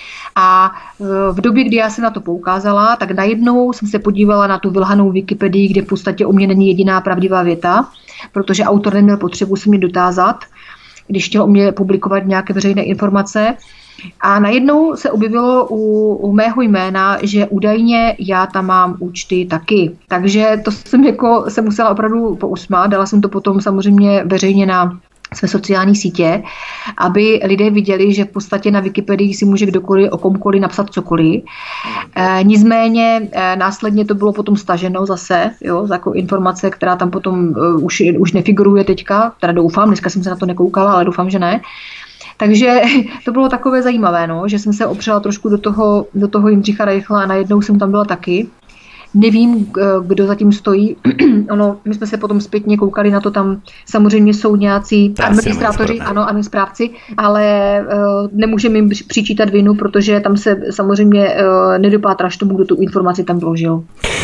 A v době, kdy já jsem na to poukázala, tak najednou jsem se podívala na tu vylhanou Wikipedii, kde v podstatě o mě není jediná pravdivá věta, protože autor neměl potřebu se mě dotázat, když chtěl o mě publikovat nějaké veřejné informace. A najednou se objevilo u, u mého jména, že údajně já tam mám účty taky. Takže to jsem jako se musela opravdu pousmát. Dala jsem to potom samozřejmě veřejně na své sociální sítě, aby lidé viděli, že v podstatě na Wikipedii si může kdokoliv o komkoliv napsat cokoliv. E, nicméně e, následně to bylo potom staženo zase, jo, jako informace, která tam potom e, už, už nefiguruje teďka, teda doufám, dneska jsem se na to nekoukala, ale doufám, že ne. Takže to bylo takové zajímavé, no, že jsem se opřela trošku do toho, do toho Jindřicha Reichla a najednou jsem tam byla taky. Nevím, kdo zatím stojí. Ono, my jsme se potom zpětně koukali na to, tam samozřejmě jsou nějací administrátoři, ano, ano, správci, ale uh, nemůžeme jim přičítat vinu, protože tam se samozřejmě uh, nedopátráš tomu, kdo tu informaci tam vložil.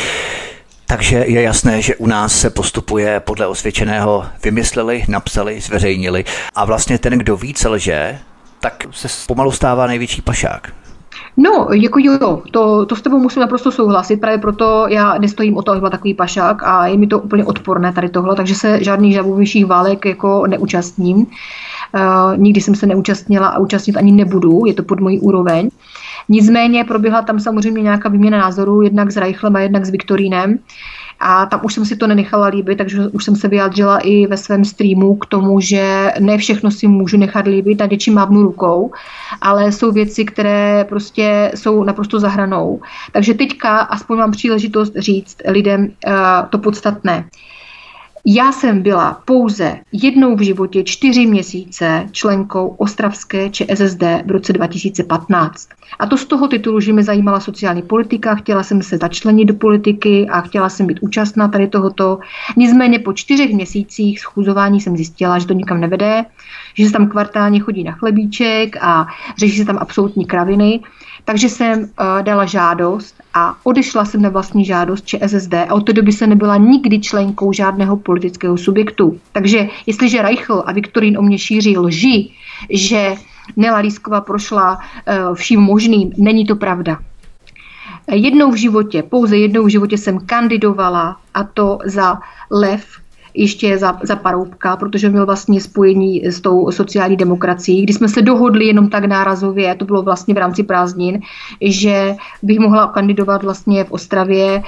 Takže je jasné, že u nás se postupuje podle osvědčeného vymysleli, napsali, zveřejnili a vlastně ten, kdo víc lže, tak se pomalu stává největší pašák. No, jako jo, to, to s tebou musím naprosto souhlasit, právě proto já nestojím o to, abych byl takový pašák a je mi to úplně odporné tady tohle, takže se žádných žabovějších válek jako neúčastním. Uh, nikdy jsem se neúčastnila a účastnit ani nebudu, je to pod mojí úroveň. Nicméně proběhla tam samozřejmě nějaká výměna názorů, jednak s Reichlem a jednak s Viktorínem. A tam už jsem si to nenechala líbit, takže už jsem se vyjádřila i ve svém streamu k tomu, že ne všechno si můžu nechat líbit a něčím mávnu rukou, ale jsou věci, které prostě jsou naprosto za hranou. Takže teďka aspoň mám příležitost říct lidem uh, to podstatné. Já jsem byla pouze jednou v životě čtyři měsíce členkou ostravské ČSSD v roce dva tisíce patnáct. A to z toho titulu, že mě zajímala sociální politika, chtěla jsem se začlenit do politiky a chtěla jsem být účastná tady tohoto. Nicméně po čtyřech měsících schůzování jsem zjistila, že to nikam nevede, že se tam kvartálně chodí na chlebíček a řeší se tam absolutní kraviny. Takže jsem uh, dala žádost a odešla jsem na vlastní žádost ČSSD a od té doby jsem nebyla nikdy členkou žádného politického subjektu. Takže jestliže Reichl a Viktorín o mě šíří lži, že Nela Lísková prošla uh, vším možným, není to pravda. Jednou v životě, pouze jednou v životě jsem kandidovala, a to za Lev, ještě za, za Paroubka, protože měl vlastně spojení s tou sociální demokracií, kdy jsme se dohodli jenom tak nárazově, to bylo vlastně v rámci prázdnin, že bych mohla kandidovat vlastně v Ostravě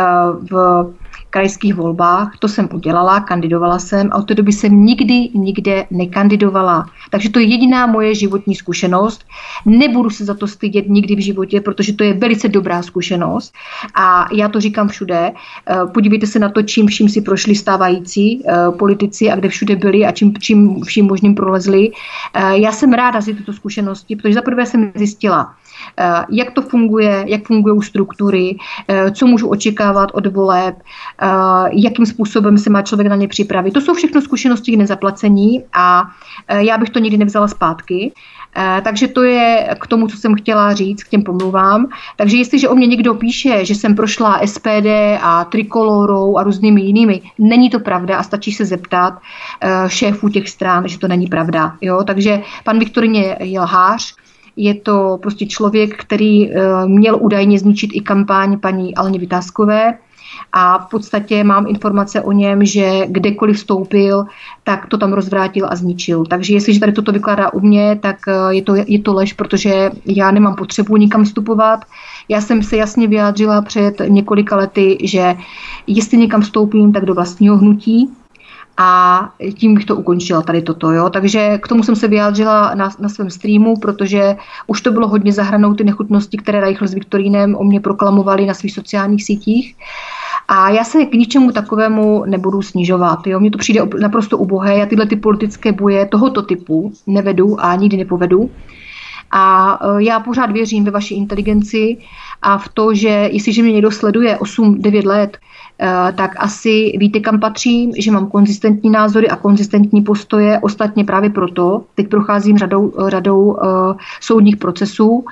v krajských volbách. To jsem udělala, kandidovala jsem a od té doby jsem nikdy nikde nekandidovala. Takže to je jediná moje životní zkušenost. Nebudu se za to stydět nikdy v životě, protože to je velice dobrá zkušenost a já to říkám všude. Podívejte se na to, čím vším si prošli stávající politici a kde všude byli a čím, čím vším možným prolezli. Já jsem ráda za tyto zkušenosti, protože zaprvé jsem zjistila, jak to funguje, jak fungují struktury, co můžu očekávat od voleb, jakým způsobem se má člověk na ně připravit. To jsou všechno zkušenosti k nezaplacení a já bych to nikdy nevzala zpátky. Takže to je k tomu, co jsem chtěla říct, k těm pomluvám. Takže jestliže o mě někdo píše, že jsem prošla S P D a Trikolorou a různými jinými, není to pravda a stačí se zeptat šéfů těch stran, že to není pravda. Jo? Takže pan Viktorín je lhář. Je to prostě člověk, který měl údajně zničit i kampaň paní Aleně Vitáskové a v podstatě mám informace o něm, že kdekoliv vstoupil, tak to tam rozvrátil a zničil. Takže jestliže tady toto vykládá u mě, tak je to, je to lež, protože já nemám potřebu nikam vstupovat. Já jsem se jasně vyjádřila před několika lety, že jestli někam vstoupím, tak do vlastního hnutí. A tím bych to ukončila tady toto, jo. Takže k tomu jsem se vyjádřila na, na svém streamu, protože už to bylo hodně za hranou ty nechutnosti, které Reichl s Viktorínem o mě proklamovali na svých sociálních sítích. A já se k ničemu takovému nebudu snižovat. Jo. Mně to přijde naprosto ubohé. Já tyhle ty politické boje tohoto typu nevedu a nikdy nepovedu. A já pořád věřím ve vaší inteligenci a v to, že jestliže mě někdo sleduje osm devět let, tak asi víte, kam patřím, že mám konzistentní názory a konzistentní postoje. Ostatně právě proto teď procházím řadou, řadou uh, soudních procesů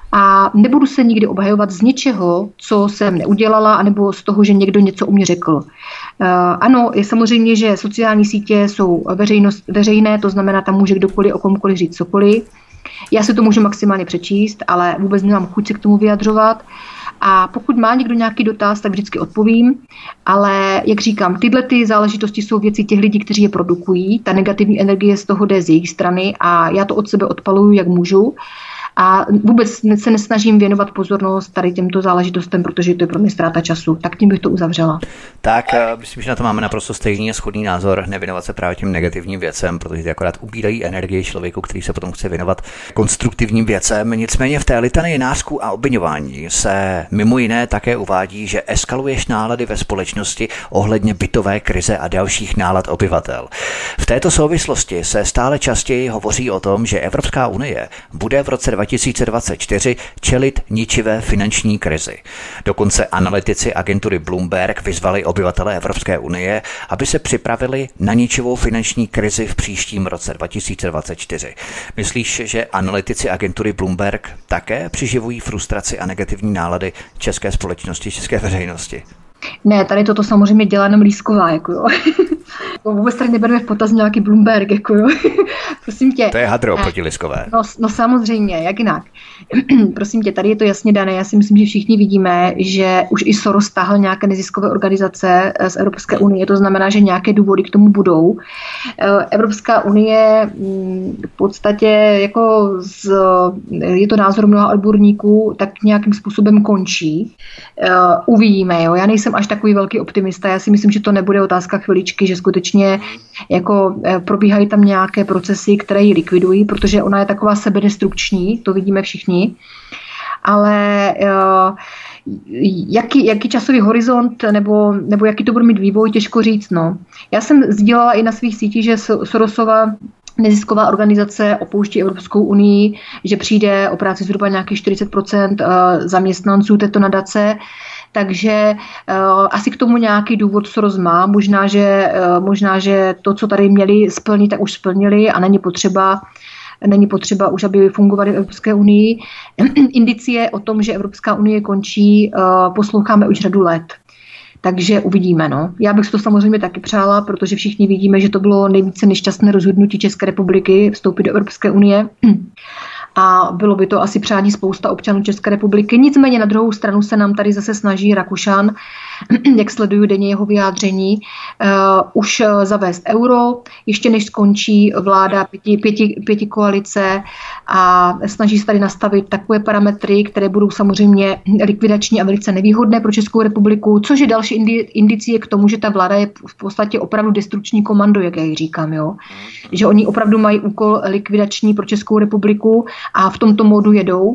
a nebudu se nikdy obhajovat z ničeho, co jsem neudělala, anebo z toho, že někdo něco o mě řekl. Uh, ano, je samozřejmě, že sociální sítě jsou veřejnost, veřejné, to znamená, tam může kdokoliv o komkoliv říct cokoliv. Já si to můžu maximálně přečíst, ale vůbec nemám chuť se k tomu vyjadřovat. A pokud má někdo nějaký dotaz, tak vždycky odpovím. Ale jak říkám, tyhle ty záležitosti jsou věci těch lidí, kteří je produkují. Ta negativní energie z toho jde z jejich strany a já to od sebe odpaluju, jak můžu. A vůbec se nesnažím věnovat pozornost tady těmto záležitostem, protože to je pro mě ztráta času. Tak tím bych to uzavřela. Tak, myslím, že na to máme naprosto stejný a shodný názor, nevěnovat se právě těm negativním věcem, protože ty akorát ubírají energii člověku, který se potom chce věnovat konstruktivním věcem. Nicméně v té litanii nářků a obviňování se mimo jiné také uvádí, že eskaluješ nálady ve společnosti ohledně bytové krize a dalších nálad obyvatel. V této souvislosti se stále častěji hovoří o tom, že Evropská unie bude v roce dva tisíce dvacet čtyři čelit ničivé finanční krizi. Dokonce analytici agentury Bloomberg vyzvali obyvatele Evropské unie, aby se připravili na ničivou finanční krizi v příštím roce dva tisíce dvacet čtyři. Myslíš, že analytici agentury Bloomberg také přiživují frustraci a negativní nálady české společnosti, české veřejnosti? Ne, tady toto samozřejmě dělá jenom Lísková, jako jo. Vůbec tady nebereme v potaz nějaký Bloomberg, jako jo. Prosím tě. To je hadro proti Lískové. No, no samozřejmě, jak jinak. Prosím tě, tady je to jasně dané. Já si myslím, že všichni vidíme, že už i Soros stáhl nějaké neziskové organizace z Evropské unie. To znamená, že nějaké důvody k tomu budou. Evropská unie v podstatě, jako z, je to názor mnoha odborníků, tak nějakým způsobem končí. Uvidíme, jo. Já nejsem až takový velký optimista. Já si myslím, že to nebude otázka chviličky, že skutečně jako probíhají tam nějaké procesy, které ji likvidují, protože ona je taková sebedestrukční, to vidíme všichni. Ale jaký, jaký časový horizont nebo, nebo jaký to bude mít vývoj, těžko říct. No. Já jsem sdílela i na svých sítích, že Sorosova nezisková organizace opouští Evropskou unii, že přijde o práci zhruba nějakých čtyřicet procent zaměstnanců této nadace. Takže uh, asi k tomu nějaký důvod Soros má. Možná že, uh, možná, že to, co tady měli splnit, tak už splnili a není potřeba není potřeba už, aby fungovaly v Evropské unii. Indicie o tom, že Evropská unie končí, posloucháme už řadu let. Takže uvidíme. No. Já bych si to samozřejmě taky přála, protože všichni vidíme, že to bylo nejvíce nešťastné rozhodnutí České republiky vstoupit do Evropské unie. A bylo by to asi přání spousta občanů České republiky. Nicméně na druhou stranu se nám tady zase snaží Rakušan, jak sleduju denně jeho vyjádření, uh, už zavést euro, ještě než skončí vláda pěti, pěti, pěti koalice a snaží se tady nastavit takové parametry, které budou samozřejmě likvidační a velice nevýhodné pro Českou republiku, což je další indi, indicie k tomu, že ta vláda je v podstatě opravdu destrukční komando, jak já ji říkám, jo? Že oni opravdu mají úkol likvidační pro Českou republiku a v tomto módu jedou.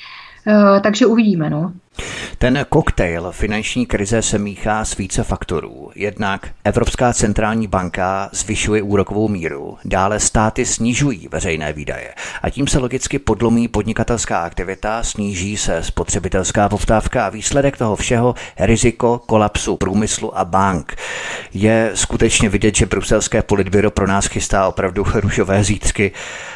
E, takže uvidíme, no. Ten koktejl finanční krize se míchá s více faktorů. Jednak Evropská centrální banka zvyšuje úrokovou míru, dále státy snižují veřejné výdaje a tím se logicky podlomí podnikatelská aktivita, sníží se spotřebitelská poptávka a výsledek toho všeho riziko kolapsu průmyslu a bank. Je skutečně vidět, že bruselské politbyro pro nás chystá opravdu růžové zítřky.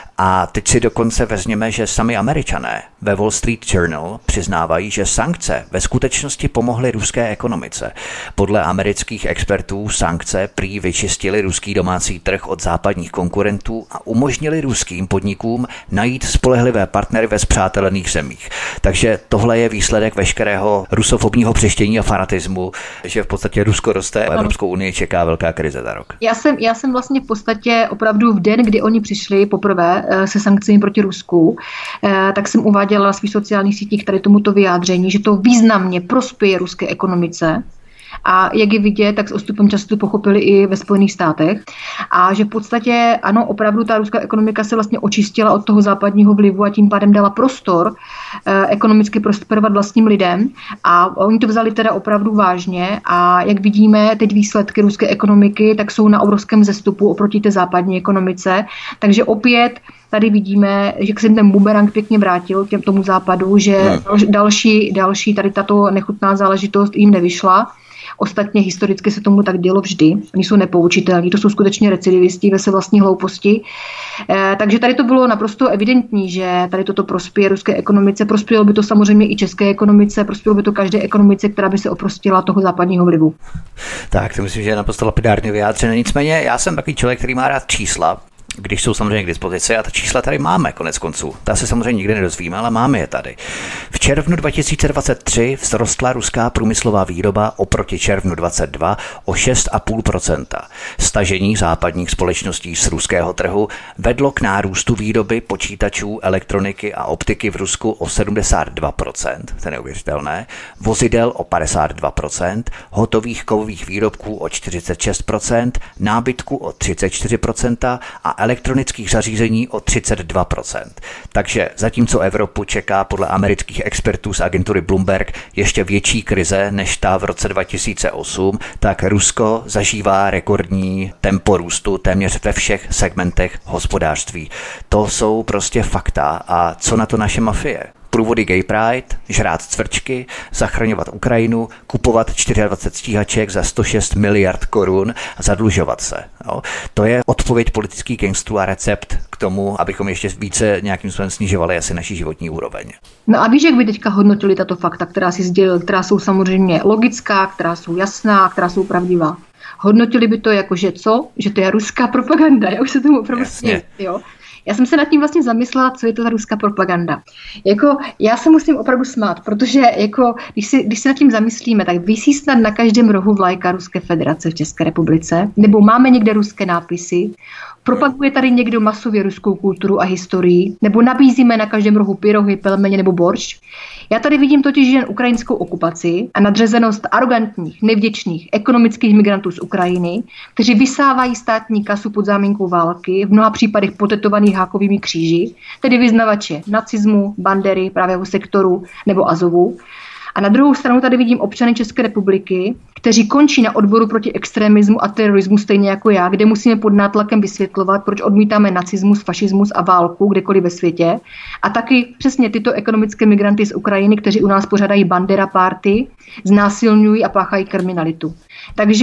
A teď si dokonce vezměme, že sami Američané ve Wall Street Journal přiznávají, že sankce ve skutečnosti pomohly ruské ekonomice. Podle amerických expertů sankce prý vyčistily ruský domácí trh od západních konkurentů a umožnili ruským podnikům najít spolehlivé partnery ve spřátelených zemích. Takže tohle je výsledek veškerého rusofobního přeštění a fanatismu, že v podstatě Rusko roste a Evropskou unii čeká velká krize za rok. Já jsem, já jsem vlastně v podstatě opravdu v den, kdy oni přišli poprvé se sankcemi proti Rusku, tak jsem uváděla na svých sociálních sítích tady tomuto vyjádření, že to významně prospěje ruské ekonomice. A jak je vidět, tak s odstupem času to pochopili i ve Spojených státech. A že v podstatě, ano, opravdu ta ruská ekonomika se vlastně očistila od toho západního vlivu a tím pádem dala prostor eh, ekonomicky prosperovat vlastním lidem. A oni to vzali teda opravdu vážně. A jak vidíme, teď výsledky ruské ekonomiky tak jsou na obrovském vzestupu oproti té západní ekonomice. Takže opět tady vidíme, že se ten bumerang pěkně vrátil k tomu západu, že další, další tady tato nechutná záležitost jim nevyšla. Ostatně historicky se tomu tak dělo vždy. Oni jsou nepoučitelní, to jsou skutečně recidivisti ve své vlastní hlouposti. E, takže tady to bylo naprosto evidentní, že tady toto prospěje ruské ekonomice, prospělo by to samozřejmě i české ekonomice, prospělo by to každé ekonomice, která by se oprostila toho západního vlivu. Tak, to myslím, že je naprosto lapidárně vyjádřené. Nicméně já jsem takový člověk, který má rád čísla, když jsou samozřejmě k dispozici a ta čísla tady máme konec konců. Ta se samozřejmě nikdy nedozvíme, ale máme je tady. V červnu dva tisíce dvacet tři vzrostla ruská průmyslová výroba oproti červnu dvacet dva o šest celá pět procenta. Stažení západních společností z ruského trhu vedlo k nárůstu výroby počítačů, elektroniky a optiky v Rusku o sedmdesát dva procent, to je neuvěřitelné, vozidel o padesát dva procent, hotových kovových výrobků o čtyřicet šest procent, nábytku o třicet čtyři procent a elektronických zařízení o třicet dva procent. Takže zatímco Evropu čeká podle amerických expertů z agentury Bloomberg ještě větší krize než ta v roce dva tisíce osm, tak Rusko zažívá rekordní tempo růstu téměř ve všech segmentech hospodářství. To jsou prostě fakta. A co na to naše mafie? Průvody Gay Pride, žrát cvrčky, zachraňovat Ukrajinu, kupovat dvacet čtyři stíhaček za sto šest miliard korun a zadlužovat se. Jo. To je odpověď politických gangstrů a recept k tomu, abychom ještě více nějakým způsobem snižovali asi naši životní úroveň. No a víš, jak by teďka hodnotili tato fakta, která si sdělil, která jsou samozřejmě logická, která jsou jasná, která jsou pravdivá. Hodnotili by to jako, že co? Že to je ruská propaganda. Já už se tomu opravdu směju, jo. Já jsem se nad tím vlastně zamyslela, co je to ta ruská propaganda. Jako, já se musím opravdu smát, protože jako, když, si, když se nad tím zamyslíme, tak visí snad na každém rohu vlajka Ruské federace v České republice, nebo máme někde ruské nápisy, propaguje tady někdo masově ruskou kulturu a historii, nebo nabízíme na každém rohu pyrohy, pelmeně nebo boršč. Já tady vidím totiž jen ukrajinskou okupaci a nadřazenost arrogantních, nevděčných ekonomických migrantů z Ukrajiny, kteří vysávají státní kasu pod záminkou války, v mnoha případech potetovaných hákovými kříži, tedy vyznavače nacismu, bandery, pravého sektoru nebo Azovu. A na druhou stranu tady vidím občany České republiky, kteří končí na odboru proti extremismu a terorismu stejně jako já, kde musíme pod nátlakem vysvětlovat, proč odmítáme nacismus, fašismus a válku kdekoliv ve světě. A taky přesně tyto ekonomické migranty z Ukrajiny, kteří u nás pořádají bandera party, znásilňují a páchají kriminalitu. Takže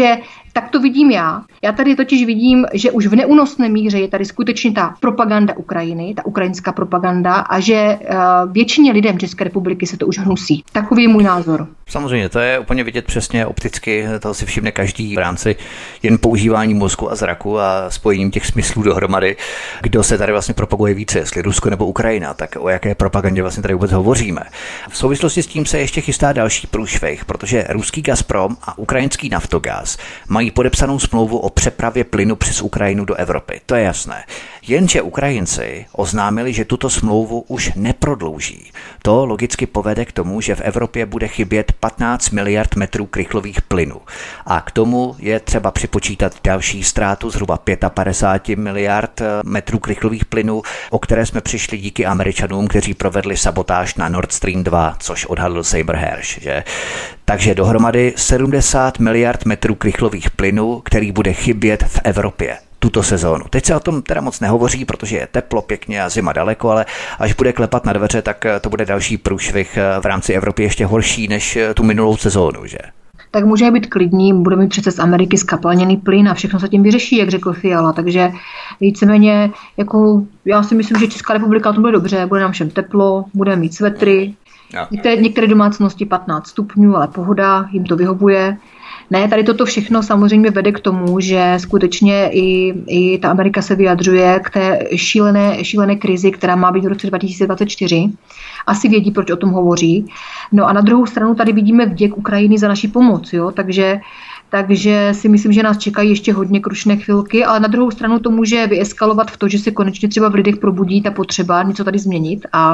Tak to vidím já. Já tady totiž vidím, že už v neúnosné míře je tady skutečně ta propaganda Ukrajiny, ta ukrajinská propaganda a že uh, většině lidem České republiky se to už hnusí. Takový je můj názor. Samozřejmě, to je úplně vidět přesně opticky, toho si všimne každý v rámci jen používání mozku a zraku a spojením těch smyslů dohromady, kdo se tady vlastně propaguje více, jestli Rusko nebo Ukrajina, tak o jaké propagandě vlastně tady vůbec hovoříme. V souvislosti s tím se ještě chystá další průšvih, protože ruský Gazprom a ukrajinský Naftogaz mají podepsanou smlouvu o přepravě plynu přes Ukrajinu do Evropy. To je jasné. Jenže Ukrajinci oznámili, že tuto smlouvu už neprodlouží. To logicky povede k tomu, že v Evropě bude chybět patnáct miliard metrů krychlových plynů. A k tomu je třeba připočítat další ztrátu zhruba padesát pět miliard metrů krychlových plynů, o které jsme přišli díky Američanům, kteří provedli sabotáž na Nord Stream dva, což odhadl Seymour Hersh, že? Takže dohromady sedmdesát miliard metrů krychlových plynů, který bude chybět v Evropě tuto sezónu. Teď se o tom teda moc nehovoří, protože je teplo, pěkně a zima daleko, ale až bude klepat na dveře, tak to bude další průšvih v rámci Evropy ještě horší než tu minulou sezónu, že? Tak může být klidní, bude mít přece z Ameriky skapalněný plyn a všechno se tím vyřeší, jak řekl Fiala. Takže víceméně, jako já si myslím, že Česká republika to bude dobře, bude nám všem teplo, bude mít svetry. Některé, některé domácnosti patnáct stupňů, ale pohoda, jim to vyhovuje. Ne, tady toto všechno samozřejmě vede k tomu, že skutečně i, i ta Amerika se vyjadřuje k té šílené, šílené krizi, která má být v roce dva tisíce dvacet čtyři. Asi vědí, proč o tom hovoří. No a na druhou stranu tady vidíme vděk Ukrajiny za naši pomoc, jo, takže Takže si myslím, že nás čekají ještě hodně krušné chvilky, ale na druhou stranu to může vyeskalovat v to, že se konečně třeba v lidech probudí ta potřeba něco tady změnit a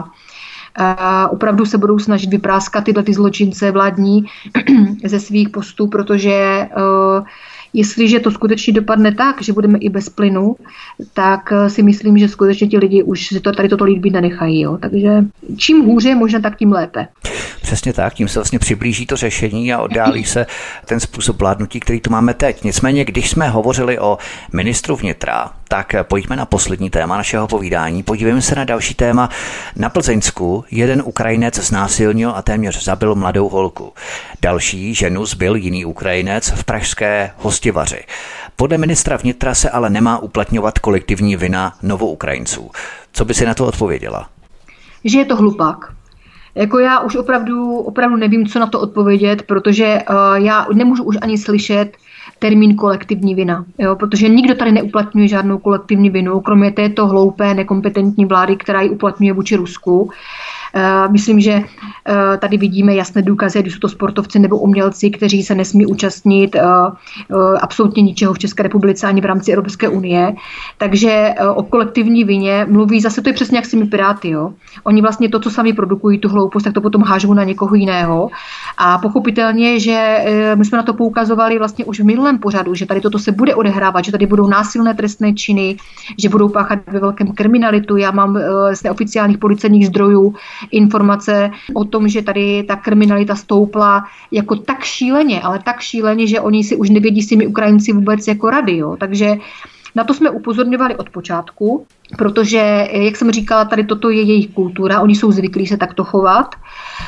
A opravdu se budou snažit vypráskat tyhle ty zločince vládní ze svých postů, protože uh, jestliže to skutečně dopadne tak, že budeme i bez plynu, tak si myslím, že skutečně ti lidi už si to tady toto líbit nenechají. Jo. Takže čím hůře, možná tak tím lépe. Přesně tak, tím se vlastně přiblíží to řešení a oddálí se ten způsob vládnutí, který tu máme teď. Nicméně, když jsme hovořili o ministru vnitra, tak pojďme na poslední téma našeho povídání. Podívejme se na další téma. Na Plzeňsku jeden Ukrajinec znásilnil a téměř zabil mladou holku. Další ženu zbil jiný Ukrajinec v pražské Hostivaři. Podle ministra vnitra se ale nemá uplatňovat kolektivní vina Novoukrajinců. Co by si na to odpověděla? Že je to hlupák. Jako já už opravdu, opravdu nevím, co na to odpovědět, protože uh, já nemůžu už ani slyšet termín kolektivní vina, jo? Protože nikdo tady neuplatňuje žádnou kolektivní vinu, kromě této hloupé, nekompetentní vlády, která ji uplatňuje vůči Rusku. Uh, myslím, že uh, tady vidíme jasné důkazy, když jsou to sportovci nebo umělci, kteří se nesmí účastnit uh, uh, absolutně ničeho v České republice ani v rámci Evropské unie. Takže uh, o kolektivní vině mluví zase, to je přesně jak s těmi Piráty. Jo? Oni vlastně to, co sami produkují, tu hloupost, tak to potom hážou na někoho jiného. A pochopitelně, že uh, my jsme na to poukazovali vlastně už v minulém pořadu, že tady toto se bude odehrávat, že tady budou násilné trestné činy, že budou páchat ve velkém kriminalitu. Já mám uh, z neoficiálních policejních zdrojů informace o tom, že tady ta kriminalita stoupla jako tak šíleně, ale tak šíleně, že oni si už nevědí s těmi Ukrajinci vůbec jako rady. Jo. Takže na to jsme upozorňovali od počátku, protože, jak jsem říkala, tady toto je jejich kultura, oni jsou zvyklí se takto chovat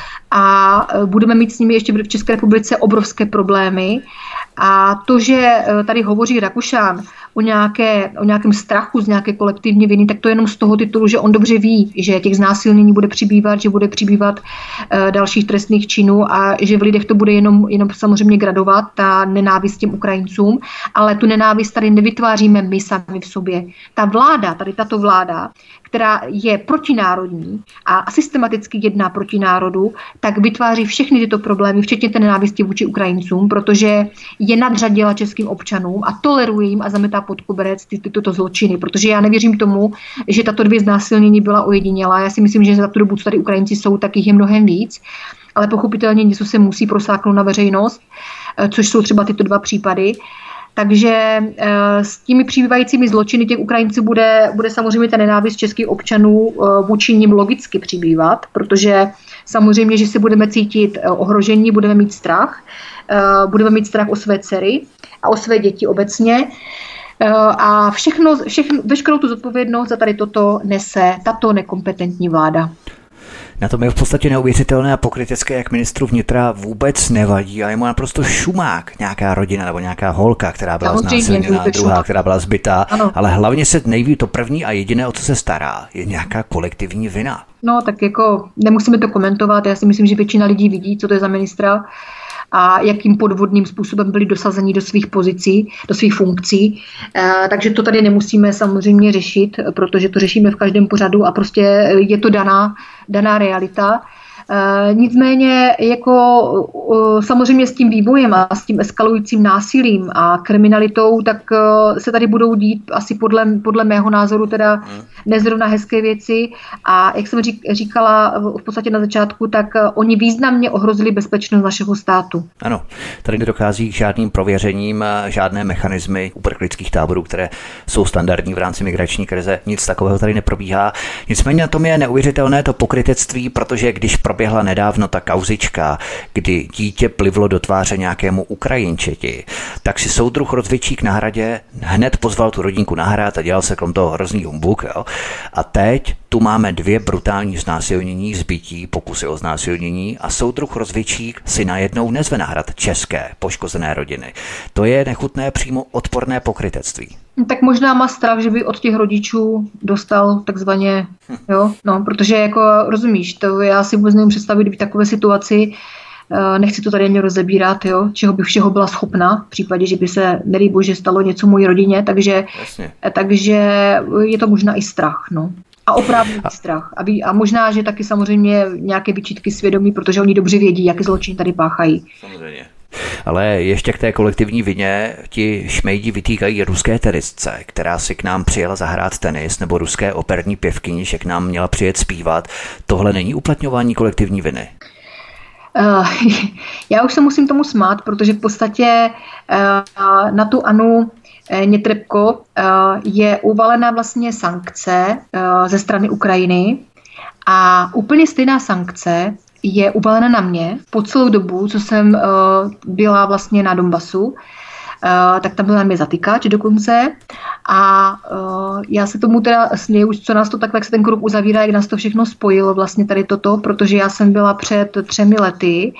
a budeme mít s nimi ještě v České republice obrovské problémy. A to, že tady hovoří Rakušan o, nějaké, o nějakém strachu z nějaké kolektivní viny, tak to je jenom z toho titulu, že on dobře ví, že těch znásilnění bude přibývat, že bude přibývat uh, dalších trestných činů a že v lidech to bude jenom, jenom samozřejmě gradovat, ta nenávist těm Ukrajincům, ale tu nenávist tady nevytváříme my sami v sobě. Ta vláda, tady tato vláda, která je protinárodní a systematicky jedná proti národu, tak vytváří všechny tyto problémy, včetně té nenávisti vůči Ukrajincům, protože je nadřadila českým občanům a toleruje jim a zametá pod koberec ty, ty, tyto zločiny, protože já nevěřím tomu, že tato dvě znásilnění byla ojedinělá. Já si myslím, že za tu dobu, co tady Ukrajinci jsou, tak jich je mnohem víc, ale pochopitelně něco se musí prosáknout na veřejnost, což jsou třeba tyto dva případy. Takže s těmi přibývajícími zločiny těch Ukrajinců bude, bude samozřejmě ta nenávist českých občanů vůči nim logicky přibývat, protože samozřejmě, že se budeme cítit ohrožení, budeme mít strach, budeme mít strach o své dcery a o své děti obecně. A všechno, všechno, veškerou tu zodpovědnost za tady toto nese tato nekompetentní vláda. Na tom je v podstatě neuvěřitelné a pokrytecké, jak ministru vnitra vůbec nevadí a je mu naprosto šumák nějaká rodina nebo nějaká holka, která byla znásilněná, druhá, která byla zbytá, ano. Ale hlavně se nejví to první a jediné, o co se stará, je nějaká kolektivní vina. No tak jako nemusíme to komentovat, já si myslím, že většina lidí vidí, co to je za ministra a jakým podvodným způsobem byli dosazeni do svých pozicí, do svých funkcí. E, takže to tady nemusíme samozřejmě řešit, protože to řešíme v každém pořadu a prostě je to daná, daná realita. E, nicméně jako e, samozřejmě s tím vývojem a s tím eskalujícím násilím a kriminalitou, tak e, se tady budou dít asi podle, podle mého názoru teda nezrovna hezké věci a jak jsem řík, říkala v podstatě na začátku, tak oni významně ohrozili bezpečnost našeho státu. Ano, tady nedochází k žádným prověřením, žádné mechanismy uprchlických táborů, které jsou standardní v rámci migrační krize, nic takového tady neprobíhá. Nicméně na tom je neuvěřitelné to pokrytectví, protože když proběhla nedávno ta kauzička, kdy dítě plivlo do tváře nějakému Ukrajinčeti, tak si soudruh rozvědčík na Hradě hned pozval tu rodinku na hrad a dělal se kolem toho hrozný humbuk. Jo? A teď tu máme dvě brutální znásilnění, zbytí, pokusy o znásilnění a soudruh rozvědčík si najednou nezve na hrad české poškozené rodiny. To je nechutné, přímo odporné pokrytectví. Tak možná má strach, že by od těch rodičů dostal takzvaně, jo, no, protože jako rozumíš, to já si vůbec nevím představit v takové situaci, nechci to tady ani rozebírat, jo, čeho bych všeho byla schopna, v případě, že by se, nedej bože, stalo něco mojí rodině, takže, takže je to možná i strach, no. A oprávněný strach. A, ví, a možná, že taky samozřejmě nějaké vyčítky svědomí, protože oni dobře vědí, jaký zločin tady páchají. Samozřejmě. Ale ještě k té kolektivní vině ti šmejdi vytýkají ruské tenistce, která si k nám přijela zahrát tenis, nebo ruské operní pěvkyni, že k nám měla přijet zpívat. Tohle není uplatňování kolektivní viny? Uh, já už se musím tomu smát, protože v podstatě uh, na tu Anu Nětrebko je uvalena vlastně sankce ze strany Ukrajiny a úplně stejná sankce je uvalena na mě po celou dobu, co jsem byla vlastně na Donbasu, tak tam byl na mě zatýkač dokonce a já se tomu teda směju, co nás to takhle, jak se ten kruh uzavírá, jak nás to všechno spojilo vlastně tady toto, protože já jsem byla před třemi lety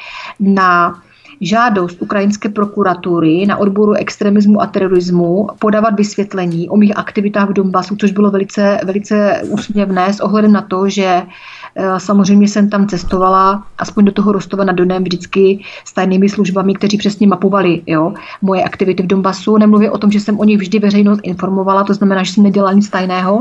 na žádost ukrajinské prokuratury na odboru extremismu a terorismu podávat vysvětlení o mých aktivitách v Donbasu, což bylo velice, velice úsměvné s ohledem na to, že samozřejmě jsem tam cestovala, aspoň do toho Rostova nad Donem vždycky s tajnými službami, kteří přesně mapovali, jo, moje aktivity v Donbasu. Nemluvě o tom, že jsem o nich vždy veřejnost informovala, to znamená, že jsem nedělala nic tajného.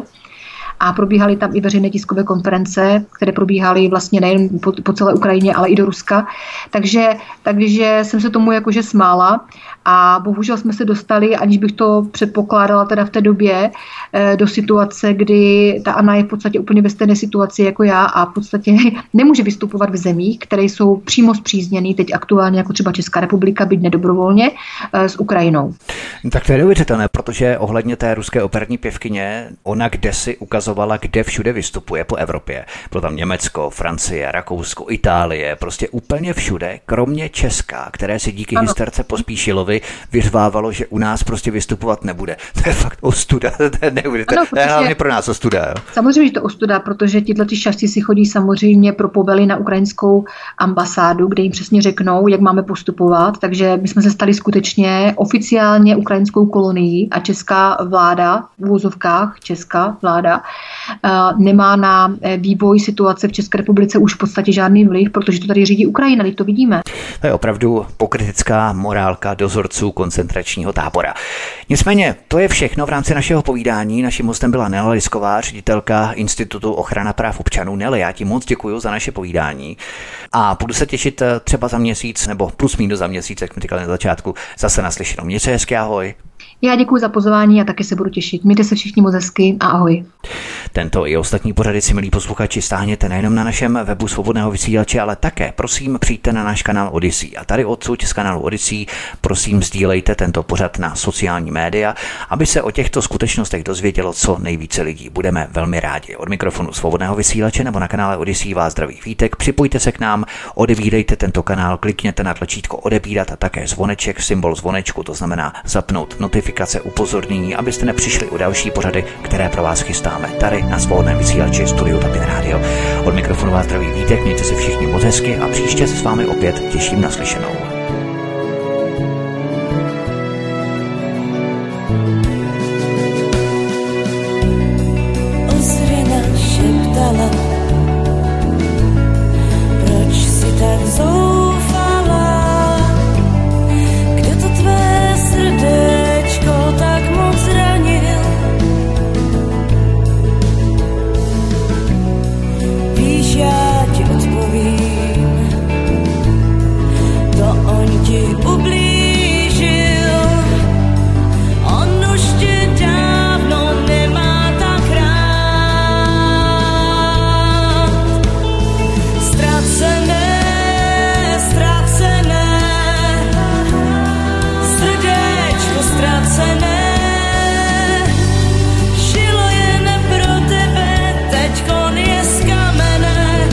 A probíhaly tam i veřejné tiskové konference, které probíhaly vlastně nejen po, po celé Ukrajině, ale i do Ruska. Takže, takže jsem se tomu jakože smála a bohužel jsme se dostali, aniž bych to předpokládala teda v té době, do situace, kdy ta Anna je v podstatě úplně ve stejné situaci jako já a v podstatě nemůže vystupovat v zemích, které jsou přímo spřízněny, teď aktuálně jako třeba Česká republika, byť nedobrovolně, s Ukrajinou. Tak to je neuvěřitelné, protože ohledně té ruské operní pěvkyně, ona kdesi ukazovala, kde všude vystupuje po Evropě. Bylo tam Německo, Francie, Rakousko, Itálie, prostě úplně všude, kromě Česka, které si díky ano. hysterce Pospíšilovi vyřvávalo, že u nás prostě vystupovat nebude. To je fakt ostuda, to je neuvěřitelné. To je hlavně pro nás ostuda. Jo? Samozřejmě, že to ostuda, protože tyhle ty šašci si chodí samozřejmě pro povely na ukrajinskou ambasádu, kde jim přesně řeknou, jak máme postupovat, takže my jsme se stali skutečně oficiálně ukrajinskou kolonií a česká vláda, v úvozovkách česká vláda, nemá na vývoj situace v České republice už v podstatě žádný vliv, protože to tady řídí Ukrajina, teď to vidíme. To je opravdu pokrytecká morálka dozorců koncentračního tábora. Nicméně, to je všechno v rámci našeho povídání. Naším hostem byla Nela Lisková, ředitelka Institutu ochrana práv občanů. Nele, já ti moc děkuji za naše povídání a budu se těšit třeba za měsíc, nebo plus minus za měsíc, jak jsme říkali na začátku, zase naslyšenou. Mějte se hezky, ahoj. Já děkuji za pozvání a taky se budu těšit. Mějte se všichni moc hezky a ahoj. Tento i ostatní pořady si, milí posluchači, stáhněte nejenom na našem webu Svobodného vysílače, ale také prosím přijďte na náš kanál Odyssey. A tady odsud z kanálu Odyssey prosím sdílejte tento pořad na sociální média, aby se o těchto skutečnostech dozvědělo co nejvíce lidí. Budeme velmi rádi. Od mikrofonu Svobodného vysílače nebo na kanále Odyssey vás zdraví Vítek. Připojte se k nám, odebírejte tento kanál, klikněte na tlačítko odebírat a také zvoneček, symbol zvonečku, to znamená zapnout notifikace, upozornění, abyste nepřišli o další pořady, které pro vás chystáme tady tady na svobodném vysílači Studiu Tapin Radio. Od mikrofonu vás zdraví Vítek, mějte se všichni moc hezky a příště se s vámi opět těším na slyšenou. Ozvěna šeptala, proč si tak zoufala, kdo to tvé srdéčko tak moc zranil. Víš, já ti odpovím, to on ti ublížil, on už tě dávno nemá tak rád. Ztracené, ztracené, srdéčko ztracené, žilo jen pro tebe, teďkon je z kamene.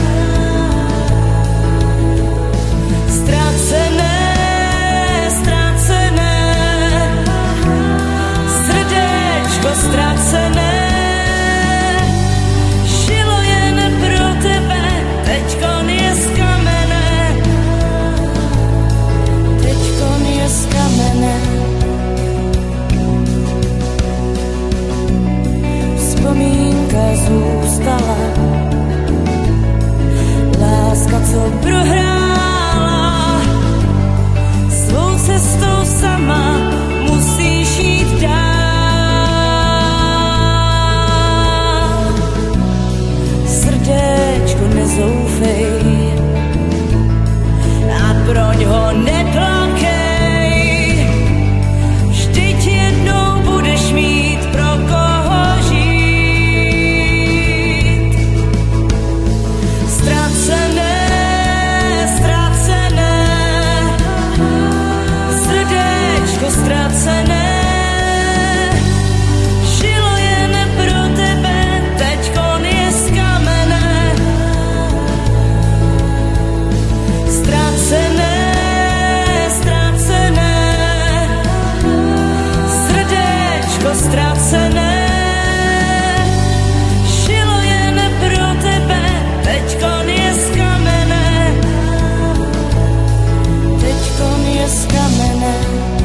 Ztracené, ztracené, srdéčko ztracené, žilo jen pro tebe, teďkon je z kamene. Teďkon je z kamene. Vzpomínka zůstala, láska, co prohrála, svou cestou sama musíš jít dál. Srdéčko, nezoufej a proň ho neplakej, vždyť jednou budeš mít pro koho žít. Ztracené, ztracené, srdéčko ztracené, žilo jen pro tebe, teďkon je z kamene. Ztracené, ztracené, srdéčko ztracené, žilo jen pro tebe, teďkon je z kamene. Teďkon je z kamene.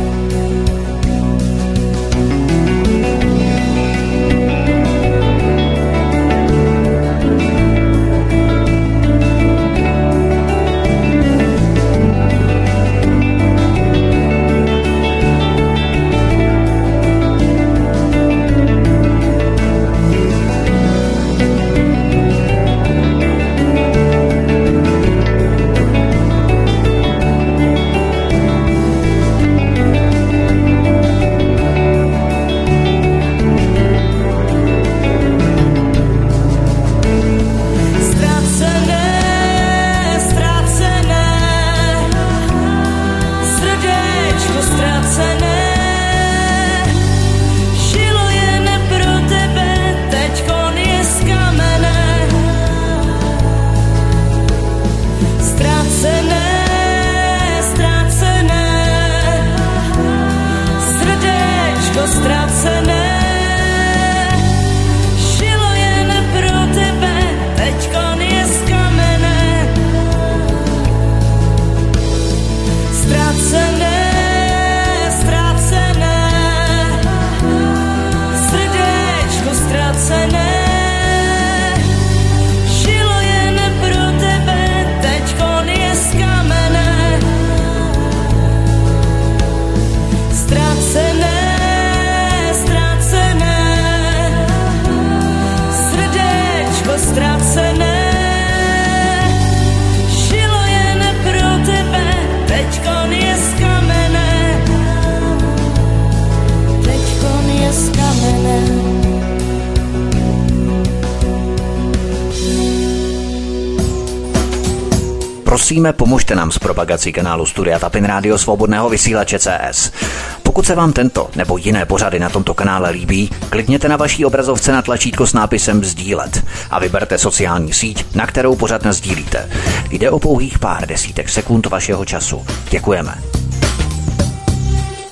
Prosíme, pomožte nám s propagací kanálu Studia Tapin Radio Svobodného vysílače C S. Pokud se vám tento nebo jiné pořady na tomto kanále líbí, klikněte na vaší obrazovce na tlačítko s nápisem sdílet a vyberte sociální síť, na kterou pořad nasdílíte. Jde o pouhých pár desítek sekund vašeho času. Děkujeme.